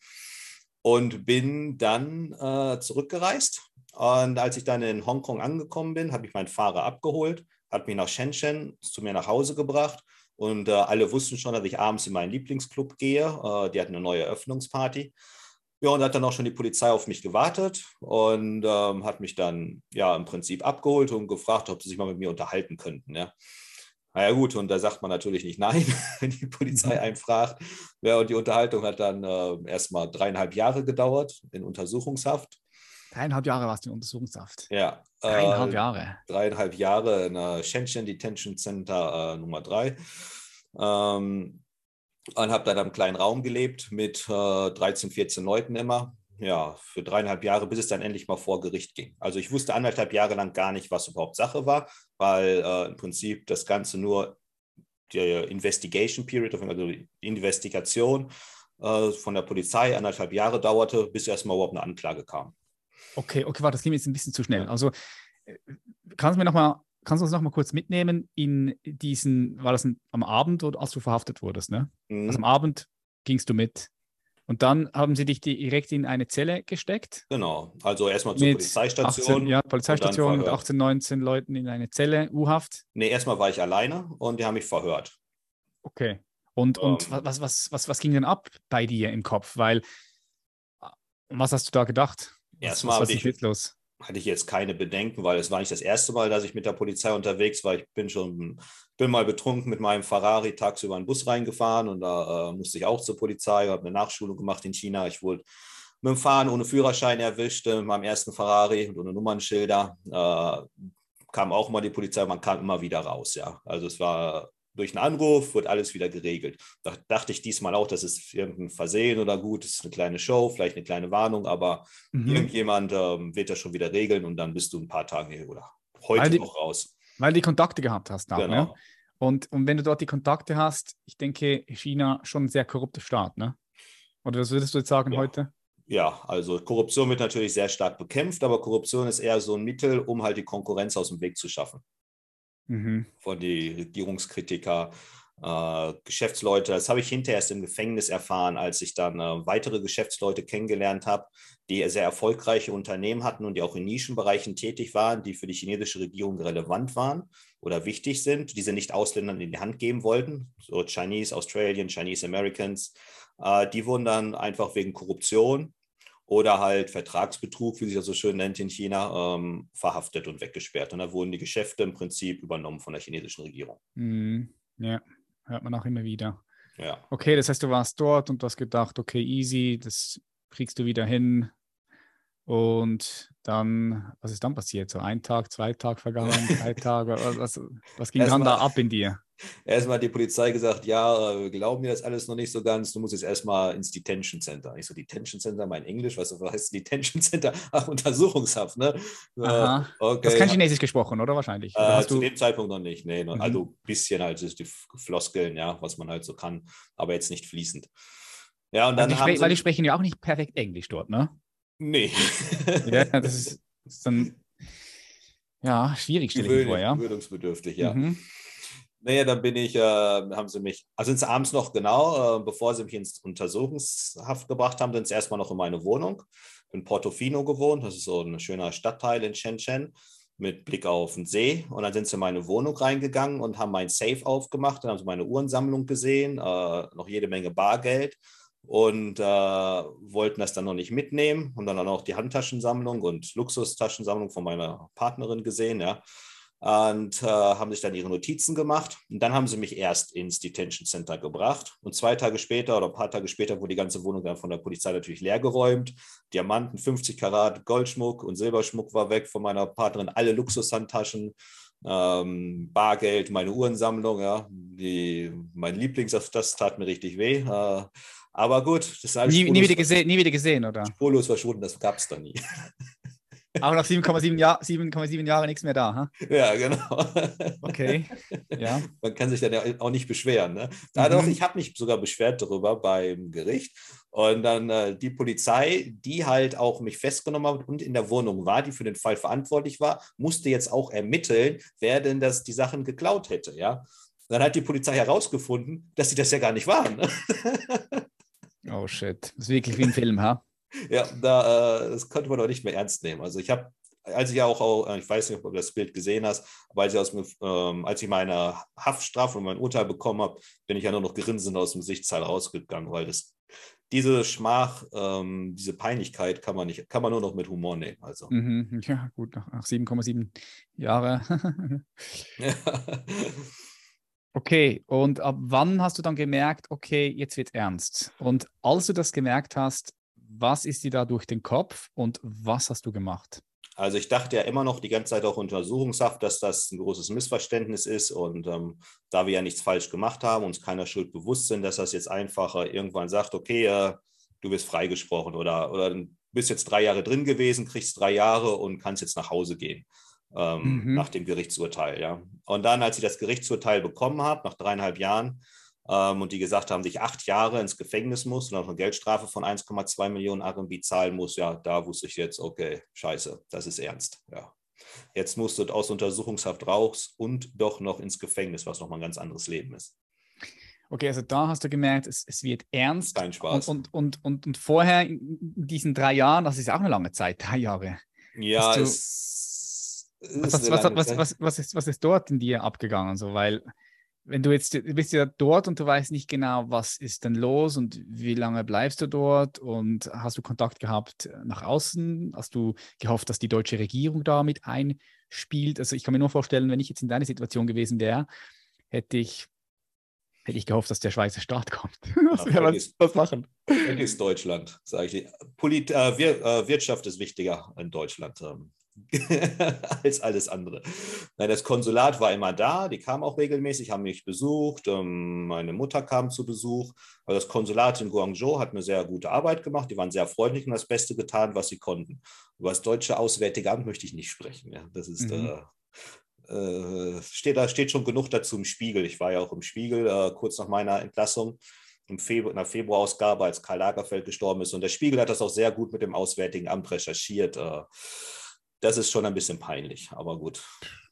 und bin dann zurückgereist. Und als ich dann in Hongkong angekommen bin, habe ich meinen Fahrer abgeholt, hat mich nach Shenzhen zu mir nach Hause gebracht. Und alle wussten schon, dass ich abends in meinen Lieblingsclub gehe. Die hatten eine neue Eröffnungsparty. Ja, und da hat dann auch schon die Polizei auf mich gewartet und hat mich dann ja im Prinzip abgeholt und gefragt, ob sie sich mal mit mir unterhalten könnten. Ja. Naja gut, und da sagt man natürlich nicht nein, wenn die Polizei einen fragt. Ja, und die Unterhaltung hat dann erst mal 3,5 Jahre gedauert in Untersuchungshaft. 3,5 Jahre warst du in Untersuchungshaft? Ja. 3,5 Jahre? 3,5 Jahre in der Shenzhen Detention Center Nummer 3. Und habe dann in einem kleinen Raum gelebt mit 13, 14 Leuten immer. Ja, für 3,5 Jahre, bis es dann endlich mal vor Gericht ging. Also ich wusste 1,5 Jahre lang gar nicht, was überhaupt Sache war, weil im Prinzip das Ganze nur die Investigation Period, also die Investigation von der Polizei 1,5 Jahre dauerte, bis erstmal überhaupt eine Anklage kam. Okay, warte, das ging jetzt ein bisschen zu schnell. Also kannst du uns noch mal kurz mitnehmen in diesen, war das am Abend oder als du verhaftet wurdest, ne? Also am Abend gingst du mit. Und dann haben sie dich direkt in eine Zelle gesteckt. Genau, also erstmal zur Polizeistation. 18, Polizeistation mit 18, 19 Leuten in eine Zelle, U-Haft. Nee, erstmal war ich alleine und die haben mich verhört. Okay. Und was ging denn ab bei dir im Kopf? Weil, was hast du da gedacht? Erstmal hatte ich jetzt keine Bedenken, weil es war nicht das erste Mal, dass ich mit der Polizei unterwegs war. Ich bin mal betrunken mit meinem Ferrari tagsüber in den Bus reingefahren und da musste ich auch zur Polizei, habe eine Nachschulung gemacht in China. Ich wurde mit dem Fahren ohne Führerschein erwischt, mit meinem ersten Ferrari und ohne Nummernschilder. Kam auch immer die Polizei, man kam immer wieder raus. Ja. Also es war durch einen Anruf, wird alles wieder geregelt. Da dachte ich diesmal auch, das ist irgendein Versehen oder gut, das ist eine kleine Show, vielleicht eine kleine Warnung, aber irgendjemand wird das schon wieder regeln und dann bist du ein paar Tage oder heute noch raus. Weil du die Kontakte gehabt hast. Genau. Ne? Und wenn du dort die Kontakte hast, ich denke, China schon ein sehr korrupter Staat, ne? Oder was würdest du jetzt sagen heute? Ja, also Korruption wird natürlich sehr stark bekämpft, aber Korruption ist eher so ein Mittel, um halt die Konkurrenz aus dem Weg zu schaffen. Von den Regierungskritiker. Geschäftsleute. Das habe ich hinterher erst im Gefängnis erfahren, als ich dann weitere Geschäftsleute kennengelernt habe, die sehr erfolgreiche Unternehmen hatten und die auch in Nischenbereichen tätig waren, die für die chinesische Regierung relevant waren oder wichtig sind, die sie nicht Ausländern in die Hand geben wollten, so Chinese, Australian, Chinese Americans. Die wurden dann einfach wegen Korruption oder halt Vertragsbetrug, wie sich das so schön nennt in China, verhaftet und weggesperrt. Und da wurden die Geschäfte im Prinzip übernommen von der chinesischen Regierung. Ja, hört man auch immer wieder. Ja. Okay, das heißt, du warst dort und du hast gedacht, okay, easy, das kriegst du wieder hin. Und dann, was ist dann passiert? So 1 Tag, 2 Tage vergangen, 3 Tage? Was ging dann da ab in dir? Erstmal hat die Polizei gesagt, ja, wir glauben dir das alles noch nicht so ganz, du musst jetzt erstmal ins Detention Center. Ich so, Detention Center, mein Englisch, was heißt Detention Center? Ach, Untersuchungshaft, ne? Aha. Okay. Du hast kein Chinesisch gesprochen, oder wahrscheinlich? Oder hast zu du... dem Zeitpunkt noch nicht, nee. Also ein bisschen halt die Floskeln, ja, was man halt so kann, aber jetzt nicht fließend. Ja, und dann weil die sprechen ja auch nicht perfekt Englisch dort, ne? Nee. Ja, das ist dann ja schwierig, stelle ich mir vor, ja. Gewöhnungsbedürftig, ja. Naja, dann haben sie mich, also sind sie abends noch genau, bevor sie mich ins Untersuchungshaft gebracht haben, sind sie erstmal noch in meine Wohnung. In Portofino gewohnt, das ist so ein schöner Stadtteil in Shenzhen mit Blick auf den See. Und dann sind sie in meine Wohnung reingegangen und haben mein Safe aufgemacht, dann haben sie meine Uhrensammlung gesehen, noch jede Menge Bargeld. Und wollten das dann noch nicht mitnehmen und dann auch noch die Handtaschensammlung und Luxustaschensammlung von meiner Partnerin gesehen, ja, und haben sich dann ihre Notizen gemacht und dann haben sie mich erst ins Detention Center gebracht und 2 Tage später oder ein paar Tage später wurde die ganze Wohnung dann von der Polizei natürlich leergeräumt, Diamanten, 50 Karat Goldschmuck und Silberschmuck war weg von meiner Partnerin, alle Luxushandtaschen, Bargeld, meine Uhrensammlung, ja, mein Lieblings, das tat mir richtig weh, aber gut, das ist alles nie wieder gesehen, oder? Spurlos verschwunden, das gab es da nie. Auch nach 7,7 Jahren nichts mehr da, ha? Ja, genau. Okay, ja. Man kann sich dann ja auch nicht beschweren. Ne? Doch, ich habe mich sogar beschwert darüber beim Gericht. Und dann die Polizei, die halt auch mich festgenommen hat und in der Wohnung war, die für den Fall verantwortlich war, musste jetzt auch ermitteln, wer denn die Sachen geklaut hätte. Ja? Dann hat die Polizei herausgefunden, dass sie das ja gar nicht waren. Ne? Oh shit, das ist wirklich wie ein Film, ha? Ja, das konnte man doch nicht mehr ernst nehmen. Also ich habe, als ich ja auch, ich weiß nicht, ob du das Bild gesehen hast, aber als ich meine Haftstrafe und mein Urteil bekommen habe, bin ich ja nur noch grinsend aus dem Gerichtssaal rausgegangen, weil diese Schmach, diese Peinlichkeit kann man nur noch mit Humor nehmen. Also. Ja, gut, nach 7,7 Jahre. Ja. Okay, und ab wann hast du dann gemerkt, okay, jetzt wird ernst? Und als du das gemerkt hast, was ist dir da durch den Kopf und was hast du gemacht? Also ich dachte ja immer noch die ganze Zeit auch Untersuchungshaft, dass das ein großes Missverständnis ist und da wir ja nichts falsch gemacht haben, uns keiner Schuld bewusst sind, dass das jetzt einfach irgendwann sagt, okay, du wirst freigesprochen oder du bist jetzt 3 Jahre drin gewesen, kriegst 3 Jahre und kannst jetzt nach Hause gehen. Nach dem Gerichtsurteil. Ja. Und dann, als ich das Gerichtsurteil bekommen habe, nach 3,5 Jahren, und die gesagt haben, dass ich 8 Jahre ins Gefängnis muss und auch eine Geldstrafe von 1,2 Millionen RMB zahlen muss, ja, da wusste ich jetzt, okay, scheiße, das ist ernst. Ja. Jetzt musst du aus Untersuchungshaft raus und doch noch ins Gefängnis, was nochmal ein ganz anderes Leben ist. Okay, also da hast du gemerkt, es wird ernst. Kein Spaß. Und vorher in diesen 3 Jahren, das ist auch eine lange Zeit, 3 Jahre. Ja, was ist dort in dir abgegangen? So, weil du bist ja dort und du weißt nicht genau, was ist denn los und wie lange bleibst du dort und hast du Kontakt gehabt nach außen? Hast du gehofft, dass die deutsche Regierung da mit einspielt? Also ich kann mir nur vorstellen, wenn ich jetzt in deiner Situation gewesen wäre, hätte ich gehofft, dass der Schweizer Staat kommt. Was machen? Das ist Deutschland, sage ich dir. Wirtschaft ist wichtiger in Deutschland. Als alles andere. Nein, das Konsulat war immer da, die kamen auch regelmäßig, haben mich besucht, meine Mutter kam zu Besuch. Also das Konsulat in Guangzhou hat eine sehr gute Arbeit gemacht, die waren sehr freundlich und das Beste getan, was sie konnten. Über das deutsche Auswärtige Amt möchte ich nicht sprechen. Ja. Das ist, steht schon genug dazu im Spiegel. Ich war ja auch im Spiegel kurz nach meiner Entlassung. In der Februarausgabe, als Karl Lagerfeld gestorben ist. Und der Spiegel hat das auch sehr gut mit dem Auswärtigen Amt recherchiert. Das ist schon ein bisschen peinlich, aber gut.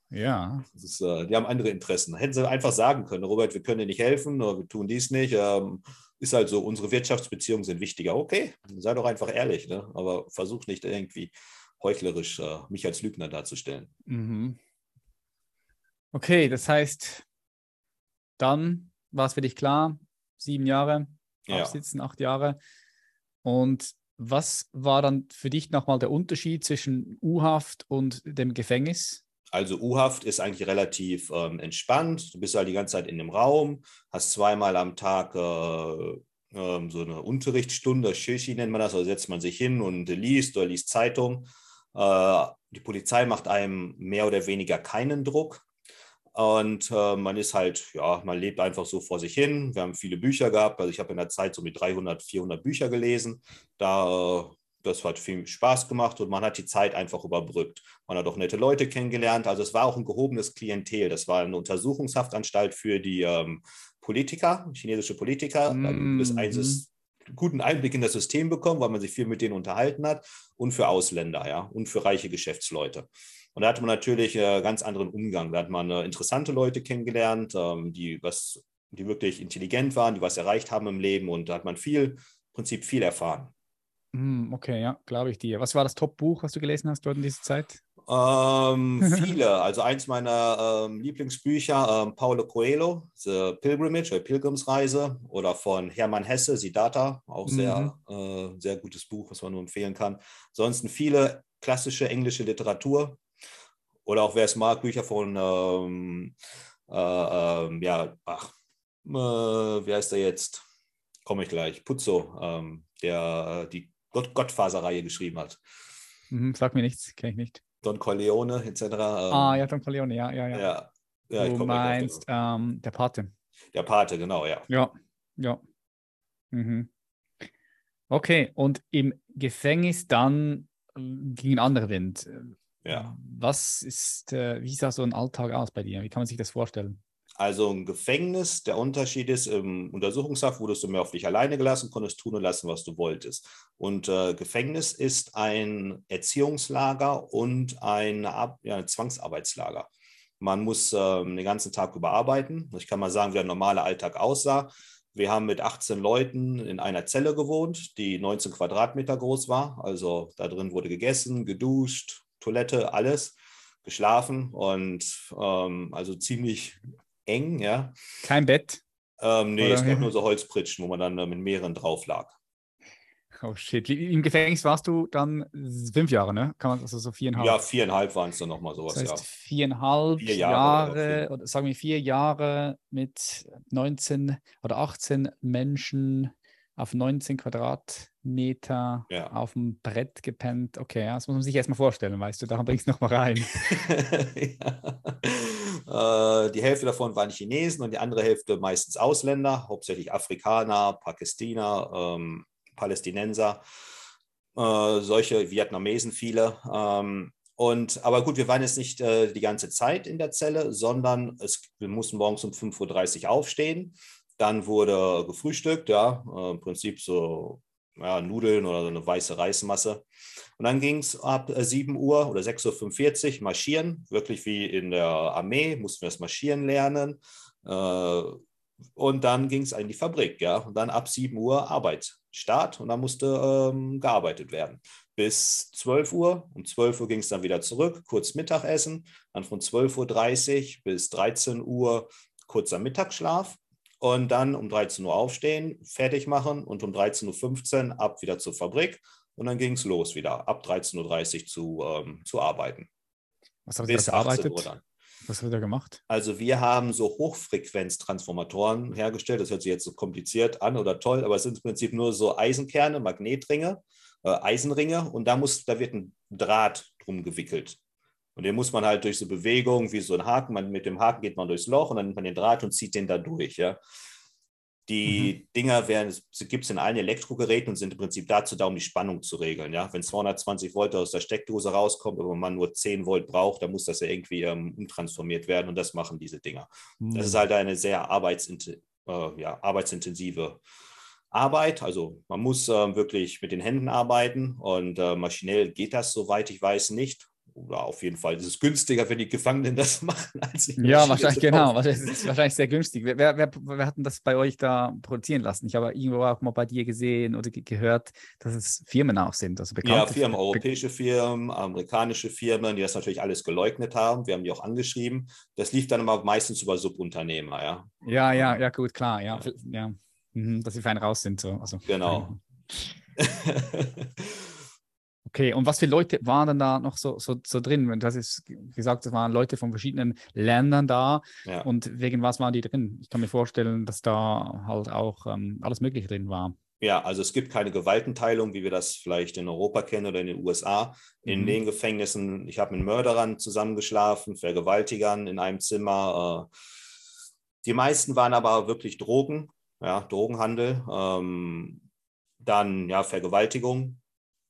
Ja. Die haben andere Interessen. Hätten sie einfach sagen können, Robert, wir können dir nicht helfen, oder wir tun dies nicht. Ist halt so, unsere Wirtschaftsbeziehungen sind wichtiger. Okay, sei doch einfach ehrlich, ne? Aber versuch nicht irgendwie heuchlerisch mich als Lügner darzustellen. Mhm. Okay, das heißt, dann war es für dich klar, 7 Jahre, absitzen, 8 Jahre. Und was war dann für dich nochmal der Unterschied zwischen U-Haft und dem Gefängnis? Also U-Haft ist eigentlich relativ entspannt. Du bist halt die ganze Zeit in dem Raum, hast zweimal am Tag so eine Unterrichtsstunde, Shishi nennt man das, also setzt man sich hin und liest oder liest Zeitung. Die Polizei macht einem mehr oder weniger keinen Druck. Und man ist halt, ja, man lebt einfach so vor sich hin. Wir haben viele Bücher gehabt. Also ich habe in der Zeit so mit 300, 400 Bücher gelesen. Das hat viel Spaß gemacht und man hat die Zeit einfach überbrückt. Man hat auch nette Leute kennengelernt. Also es war auch ein gehobenes Klientel. Das war eine Untersuchungshaftanstalt für die Politiker, chinesische Politiker. Mhm. Guten Einblick in das System bekommen, weil man sich viel mit denen unterhalten hat und für Ausländer, ja, und für reiche Geschäftsleute. Und da hat man natürlich ganz anderen Umgang. Da hat man interessante Leute kennengelernt, die wirklich intelligent waren, die was erreicht haben im Leben und da hat man im Prinzip viel erfahren. Okay, ja, glaube ich dir. Was war das Top-Buch, was du gelesen hast dort in dieser Zeit? Viele. Also eins meiner Lieblingsbücher, Paulo Coelho, The Pilgrimage oder Pilgrimsreise oder von Hermann Hesse, Siddhartha, auch Mhm. sehr gutes Buch, was man nur empfehlen kann. Ansonsten viele klassische englische Literatur oder auch wer es mag, Bücher von wie heißt er jetzt? Komme ich gleich. Puzo, der die Gottfaser-Reihe geschrieben hat. Mhm, sag mir nichts, kenne ich nicht. Don Corleone etc. Ja, Don Corleone, ja, ja, ja. Ja, ja, ich Du komme gleich auf den. meinst der Pate. Der Pate, genau, ja. Ja, ja. Mhm. Okay, und im Gefängnis dann ging ein anderer Wind. Ja. Wie sah so ein Alltag aus bei dir? Wie kann man sich das vorstellen? Also im Gefängnis, der Unterschied ist, im Untersuchungshaft wurdest du mehr auf dich alleine gelassen, konntest tun und lassen, was du wolltest. Und Gefängnis ist ein Erziehungslager und ein Zwangsarbeitslager. Man muss den ganzen Tag überarbeiten. Ich kann mal sagen, wie der normale Alltag aussah. Wir haben mit 18 Leuten in einer Zelle gewohnt, die 19 Quadratmeter groß war. Also da drin wurde gegessen, geduscht, Toilette, alles, geschlafen und also ziemlich eng, ja. Kein Bett? Nee, es gab nur Oder? so Holzpritschen, wo man dann mit mehreren drauf lag. Oh shit. Im Gefängnis warst du dann 5 Jahre, ne? Kann man, also so Ja, 4,5. 4,5 waren es dann nochmal Das sowas, heißt ja. 4,5 4 Jahre oder Jahre, 4. oder sagen wir 4 Jahre mit 19 oder 18 Menschen auf 19 Quadratmeter Ja. auf dem Brett gepennt. Okay, ja, das muss man sich erstmal vorstellen, weißt du, da bringst du noch mal rein. Die Hälfte davon waren Chinesen und die andere Hälfte meistens Ausländer, hauptsächlich Afrikaner, Pakistaner, Palästinenser, solche Vietnamesen viele. Aber gut, wir waren jetzt nicht die ganze Zeit in der Zelle, sondern wir mussten morgens um 5:30 Uhr aufstehen. Dann wurde gefrühstückt, ja, im Prinzip so ja, Nudeln oder so eine weiße Reismasse. Und dann ging es ab 7 Uhr oder 6:45 Uhr marschieren, wirklich wie in der Armee, mussten wir das Marschieren lernen. Und dann ging es in die Fabrik, ja. Und dann ab 7 Uhr Arbeitsstart und dann musste gearbeitet werden. Bis 12 Uhr. Um 12 Uhr ging es dann wieder zurück, kurz Mittagessen. Dann von 12:30 Uhr bis 13 Uhr kurzer Mittagsschlaf. Und dann um 13 Uhr aufstehen, fertig machen und um 13:15 Uhr ab wieder zur Fabrik. Und dann ging es los wieder, ab 13:30 Uhr zu arbeiten. Was habt ihr da Bis 18 Uhr gearbeitet? dann. Was habt ihr da gemacht? Also wir haben so Hochfrequenztransformatoren hergestellt. Das hört sich jetzt so kompliziert an oder toll, aber es sind im Prinzip nur so Eisenkerne, Magnetringe, Eisenringe und da wird ein Draht drum gewickelt. Und den muss man halt durch so Bewegungen wie so ein Haken, mit dem Haken geht man durchs Loch und dann nimmt man den Draht und zieht den da durch. Ja. Mhm. Die Dinger gibt es in allen Elektrogeräten und sind im Prinzip dazu da, um die Spannung zu regeln. Ja? Wenn 220 Volt aus der Steckdose rauskommt, aber man nur 10 Volt braucht, dann muss das ja irgendwie umtransformiert werden und das machen diese Dinger. Das ist Mhm. halt eine sehr arbeitsintensive Arbeit. Also man muss wirklich mit den Händen arbeiten und maschinell geht das, soweit ich weiß, nicht. oder auf jeden Fall ist es günstiger, wenn die Gefangenen das machen, als sich eine Ja, Maschine wahrscheinlich, zu genau. kaufen. Es ist wahrscheinlich sehr günstig. Wer hat denn das bei euch da produzieren lassen? Ich habe irgendwo auch mal bei dir gesehen oder gehört, dass es Firmen auch sind, also Ja, bekannte Firmen, europäische Firmen, amerikanische Firmen, die das natürlich alles geleugnet haben. Wir haben die auch angeschrieben. Das lief dann immer meistens über Subunternehmer, ja. Ja, gut, klar, ja. Ja, Ja. Dass sie fein raus sind. So. Also, genau. okay, und was für Leute waren denn da noch so drin? Du hast jetzt gesagt, es waren Leute von verschiedenen Ländern da. Ja. Und wegen was waren die drin? Ich kann mir vorstellen, dass da halt auch alles Mögliche drin war. Ja, also es gibt keine Gewaltenteilung, wie wir das vielleicht in Europa kennen oder in den USA. In Mhm. den Gefängnissen, ich habe mit Mörderern zusammengeschlafen, Vergewaltigern in einem Zimmer. Die meisten waren aber wirklich Drogen, ja, Drogenhandel, dann ja, Vergewaltigung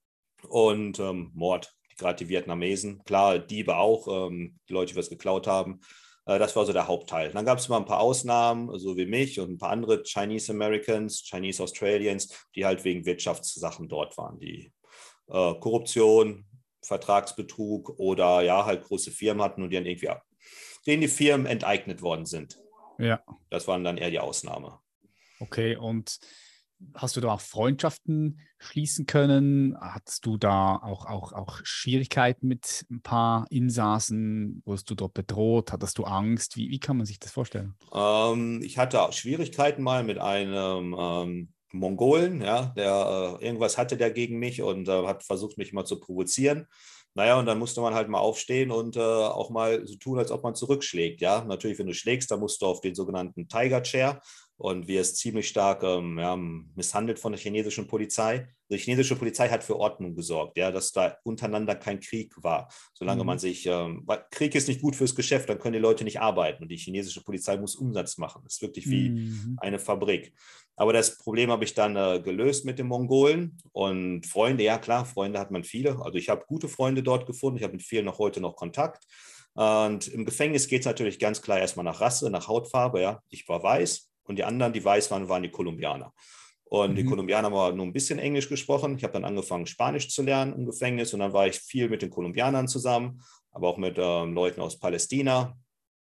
und Mord, gerade die Vietnamesen. Klar, Diebe auch, die Leute, die was geklaut haben. Das war so der Hauptteil. Dann gab es mal ein paar Ausnahmen, so wie mich und ein paar andere Chinese Americans, Chinese Australians, die halt wegen Wirtschaftssachen dort waren, die Korruption, Vertragsbetrug oder ja, halt große Firmen hatten und die dann irgendwie denen die Firmen enteignet worden sind. Ja. Das waren dann eher die Ausnahme. Okay, und hast du da auch Freundschaften schließen können? Hattest du da auch Schwierigkeiten mit ein paar Insassen? Wurdest du dort bedroht? Hattest du Angst? Wie kann man sich das vorstellen? Ich hatte auch Schwierigkeiten mal mit einem Mongolen, ja, der irgendwas hatte der gegen mich und hat versucht, mich mal zu provozieren. Naja, und dann musste man halt mal aufstehen und auch mal so tun, als ob man zurückschlägt. Ja, natürlich, wenn du schlägst, dann musst du auf den sogenannten Tiger Chair und wir ist ziemlich stark ja, misshandelt von der chinesischen Polizei. Die chinesische Polizei hat für Ordnung gesorgt, ja, dass da untereinander kein Krieg war. Solange man sich, weil Krieg ist nicht gut fürs Geschäft, dann können die Leute nicht arbeiten und die chinesische Polizei muss Umsatz machen. Das ist wirklich wie eine Fabrik. Aber das Problem habe ich dann gelöst mit den Mongolen und Freunde, ja klar, Freunde hat man viele. Also ich habe gute Freunde dort gefunden, ich habe mit vielen noch heute noch Kontakt. Und im Gefängnis geht es natürlich ganz klar erstmal nach Rasse, nach Hautfarbe. Ja. Ich war weiß und die anderen, die weiß waren, waren die Kolumbianer. Und die Kolumbianer haben nur ein bisschen Englisch gesprochen. Ich habe dann angefangen, Spanisch zu lernen im Gefängnis und dann war ich viel mit den Kolumbianern zusammen, aber auch mit Leuten aus Palästina.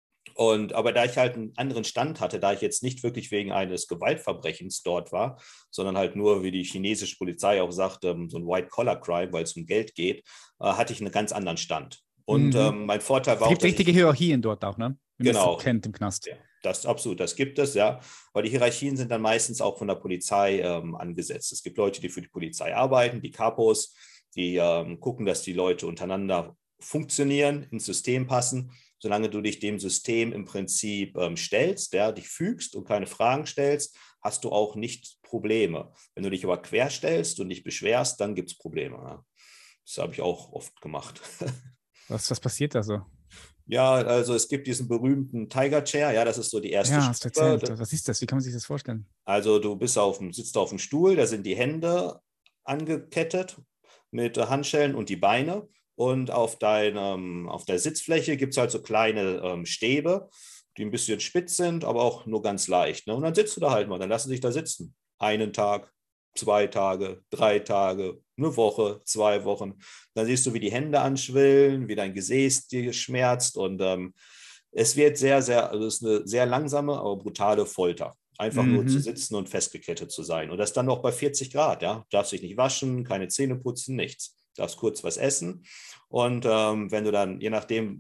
Aber da ich halt einen anderen Stand hatte, da ich jetzt nicht wirklich wegen eines Gewaltverbrechens dort war, sondern halt nur, wie die chinesische Polizei auch sagt, so ein White-Collar-Crime, weil es um Geld geht, hatte ich einen ganz anderen Stand. Und mein Vorteil war Es auch, gibt dass richtige ich, Hierarchien dort auch, ne? Wie man es so genau, kennt im Knast. ja, das absolut, das gibt es, ja. Weil die Hierarchien sind dann meistens auch von der Polizei angesetzt. Es gibt Leute, die für die Polizei arbeiten, die Kapos, die gucken, dass die Leute untereinander funktionieren, ins System passen. Solange du dich dem System im Prinzip stellst, ja, dich fügst und keine Fragen stellst, hast du auch nicht Probleme. Wenn du dich aber querstellst und dich beschwerst, dann gibt es Probleme. Ja. Das habe ich auch oft gemacht. Was passiert da so? Ja, also es gibt diesen berühmten Tiger Chair, ja, das ist so die erste Ja, hast du erzählt. Stufe. Was ist das? Wie kann man sich das vorstellen? Also du sitzt auf dem Stuhl, da sind die Hände angekettet mit Handschellen und die Beine. Und auf der Sitzfläche gibt es halt so kleine Stäbe, die ein bisschen spitz sind, aber auch nur ganz leicht. Ne? Und dann sitzt du da halt mal, dann lassen sie dich da sitzen. Einen Tag, 2 Tage, 3 Tage, eine Woche, 2 Wochen. Dann siehst du, wie die Hände anschwillen, wie dein Gesäß dir schmerzt. Und es wird also es ist eine sehr langsame, aber brutale Folter. Einfach nur zu sitzen und festgekettet zu sein. Und das dann noch bei 40 Grad. Ja? Du darfst dich nicht waschen, keine Zähne putzen, nichts. Du darfst kurz was essen. Und wenn du dann, je nachdem,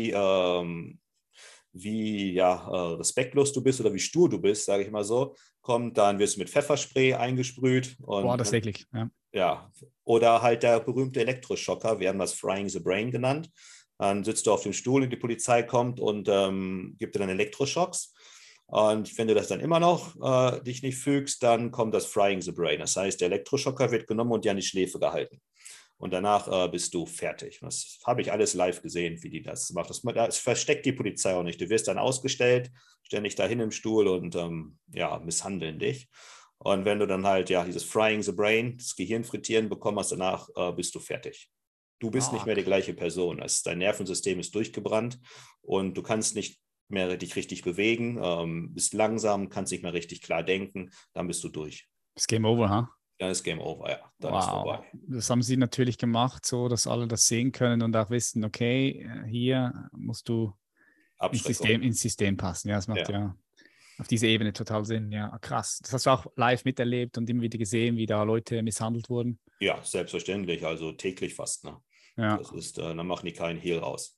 wie ja, respektlos du bist oder wie stur du bist, sage ich mal so, dann wirst du mit Pfefferspray eingesprüht. Boah, Und das ist eklig. Ja. ja, oder halt der berühmte Elektroschocker, wir haben das Frying the Brain genannt. Dann sitzt du auf dem Stuhl und die Polizei kommt und gibt dir dann Elektroschocks. Und wenn du das dann immer noch dich nicht fügst, dann kommt das Frying the Brain. Das heißt, der Elektroschocker wird genommen und dir an die Schläfe gehalten. Und danach bist du fertig. Das habe ich alles live gesehen, wie die das macht. Das versteckt die Polizei auch nicht. Du wirst dann ausgestellt, ständig dahin im Stuhl und ja, misshandeln dich. Und wenn du dann halt ja dieses Frying the Brain, das Gehirn frittieren bekommen hast, danach bist du fertig. Du bist nicht mehr die gleiche Person. Dein Nervensystem ist durchgebrannt und du kannst nicht mehr dich richtig bewegen, bist langsam, kannst nicht mehr richtig klar denken, dann bist du durch. Das Game over, ha? Dann ist Game Over, ja. Dann ist Wow, vorbei. das haben sie natürlich gemacht, so dass alle das sehen können und auch wissen, okay, hier musst du Abschreckung. ins System passen. Ja, das macht Ja. ja auf dieser Ebene total Sinn. Ja, krass. Das hast du auch live miterlebt und immer wieder gesehen, wie da Leute misshandelt wurden. Ja, selbstverständlich, also täglich fast. Ne? Ja. Das ist, dann machen die keinen Hehl raus.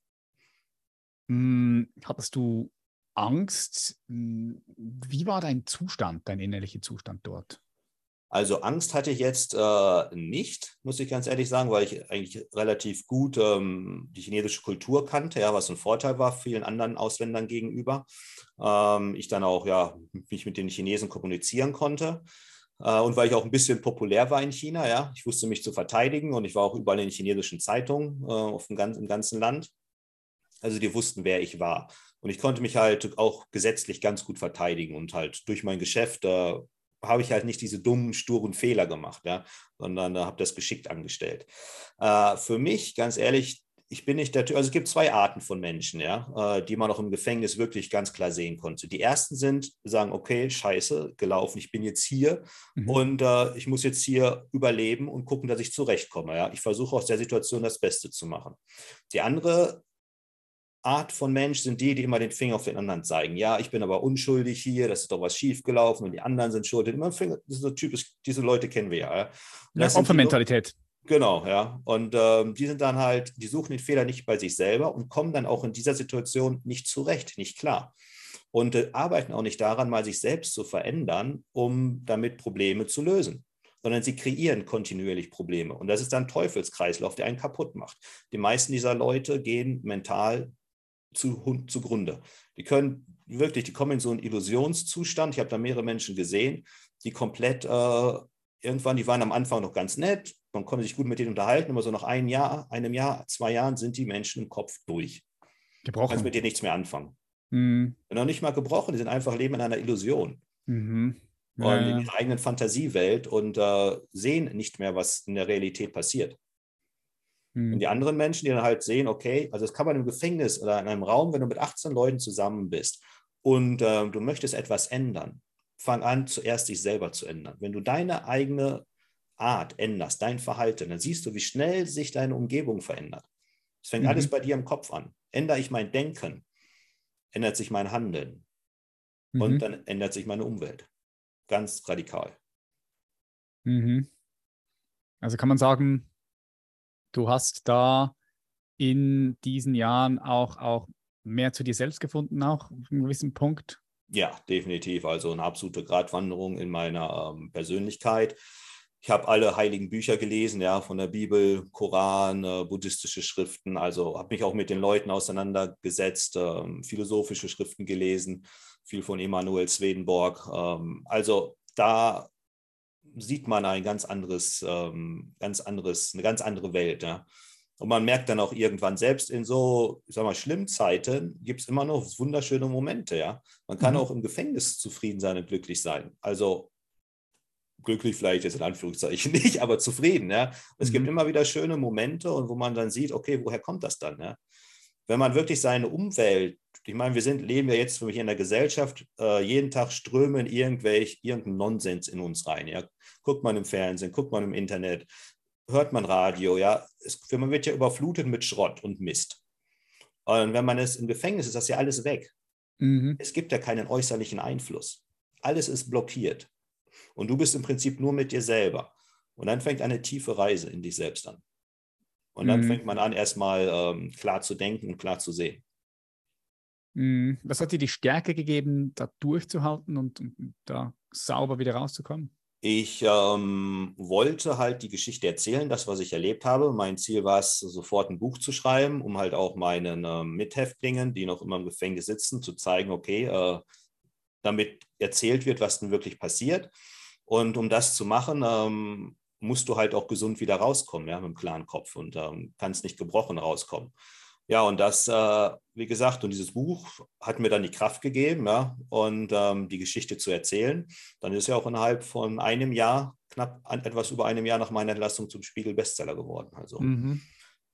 Hattest du Angst? Wie war dein Zustand, dein innerlicher Zustand dort? Also Angst hatte ich jetzt nicht, muss ich ganz ehrlich sagen, weil ich eigentlich relativ gut die chinesische Kultur kannte, ja, was ein Vorteil war vielen anderen Ausländern gegenüber. Ich dann auch ja, mich mit den Chinesen kommunizieren konnte. Und weil ich auch ein bisschen populär war in China, ja, ich wusste mich zu verteidigen und ich war auch überall in den chinesischen Zeitungen im ganzen Land. Also die wussten, wer ich war. Und ich konnte mich halt auch gesetzlich ganz gut verteidigen und halt durch mein Geschäft habe ich halt nicht diese dummen, sturen Fehler gemacht, ja, sondern habe das geschickt angestellt. Für mich, ganz ehrlich, ich bin nicht der Typ, also es gibt zwei Arten von Menschen, ja, die man auch im Gefängnis wirklich ganz klar sehen konnte. Die ersten sagen, okay, scheiße, gelaufen, ich bin jetzt hier und ich muss jetzt hier überleben und gucken, dass ich zurechtkomme. Ja. Ich versuche aus der Situation das Beste zu machen. Die andere Art von Mensch sind die immer den Finger auf den anderen zeigen. Ja, ich bin aber unschuldig hier, das ist doch was schiefgelaufen und die anderen sind schuld. Immer Finger, das ist so typisch, diese Leute kennen wir ja. Und Ja, das sind die, Opfermentalität. genau, ja. Und die sind dann halt, die suchen den Fehler nicht bei sich selber und kommen dann auch in dieser Situation nicht zurecht, nicht klar. Und arbeiten auch nicht daran, mal sich selbst zu verändern, um damit Probleme zu lösen, sondern sie kreieren kontinuierlich Probleme. Und das ist dann ein Teufelskreislauf, der einen kaputt macht. Die meisten dieser Leute gehen mental zugrunde. Die kommen in so einen Illusionszustand. Ich habe da mehrere Menschen gesehen, die komplett irgendwann, die waren am Anfang noch ganz nett, man konnte sich gut mit denen unterhalten, aber so nach einem Jahr, 2 Jahren sind die Menschen im Kopf durch. Du kannst mit denen nichts mehr anfangen. Und noch nicht mal gebrochen, die sind einfach leben in einer Illusion. Und in ihrer eigenen Fantasiewelt und sehen nicht mehr, was in der Realität passiert. Und die anderen Menschen, die dann halt sehen, okay, also das kann man im Gefängnis oder in einem Raum, wenn du mit 18 Leuten zusammen bist und du möchtest etwas ändern, fang an, zuerst dich selber zu ändern. Wenn du deine eigene Art änderst, dein Verhalten, dann siehst du, wie schnell sich deine Umgebung verändert. Es fängt alles bei dir im Kopf an. Ändere ich mein Denken, ändert sich mein Handeln und dann ändert sich meine Umwelt. Ganz radikal. Also kann man sagen, du hast da in diesen Jahren auch mehr zu dir selbst gefunden, auch auf einem gewissen Punkt? Ja, definitiv. Also eine absolute Gratwanderung in meiner Persönlichkeit. Ich habe alle heiligen Bücher gelesen, ja, von der Bibel, Koran, buddhistische Schriften. Also habe mich auch mit den Leuten auseinandergesetzt, philosophische Schriften gelesen, viel von Emanuel Swedenborg. Also da sieht man eine ganz andere Welt. Ja. Und man merkt dann auch irgendwann, selbst in so, ich sag mal, schlimmen Zeiten gibt es immer noch wunderschöne Momente. Ja. Man kann auch im Gefängnis zufrieden sein und glücklich sein. Also glücklich vielleicht jetzt in Anführungszeichen nicht, aber zufrieden. Ja. Es gibt immer wieder schöne Momente und wo man dann sieht, okay, woher kommt das dann? Ja. Wenn man wirklich seine Umwelt, ich meine, leben ja jetzt hier in der Gesellschaft, jeden Tag strömen irgendein Nonsens in uns rein. Ja. Guckt man im Fernsehen, guckt man im Internet, hört man Radio, ja. Man wird ja überflutet mit Schrott und Mist. Und wenn man es im Gefängnis ist, das ja alles weg. Es gibt ja keinen äußerlichen Einfluss. Alles ist blockiert. Und du bist im Prinzip nur mit dir selber. Und dann fängt eine tiefe Reise in dich selbst an. Und dann fängt man an, erstmal klar zu denken und klar zu sehen. Was hat dir die Stärke gegeben, da durchzuhalten und da sauber wieder rauszukommen? Ich wollte halt die Geschichte erzählen, das, was ich erlebt habe. Mein Ziel war es, sofort ein Buch zu schreiben, um halt auch meinen Mithäftlingen, die noch immer im Gefängnis sitzen, zu zeigen, okay, damit erzählt wird, was denn wirklich passiert. Und um das zu machen, musst du halt auch gesund wieder rauskommen, ja, mit einem klaren Kopf und kannst nicht gebrochen rauskommen. Ja, und das, wie gesagt, und dieses Buch hat mir dann die Kraft gegeben, ja, und die Geschichte zu erzählen. Dann ist ja auch innerhalb von einem Jahr, etwas über einem Jahr nach meiner Entlassung zum Spiegel-Bestseller geworden. Also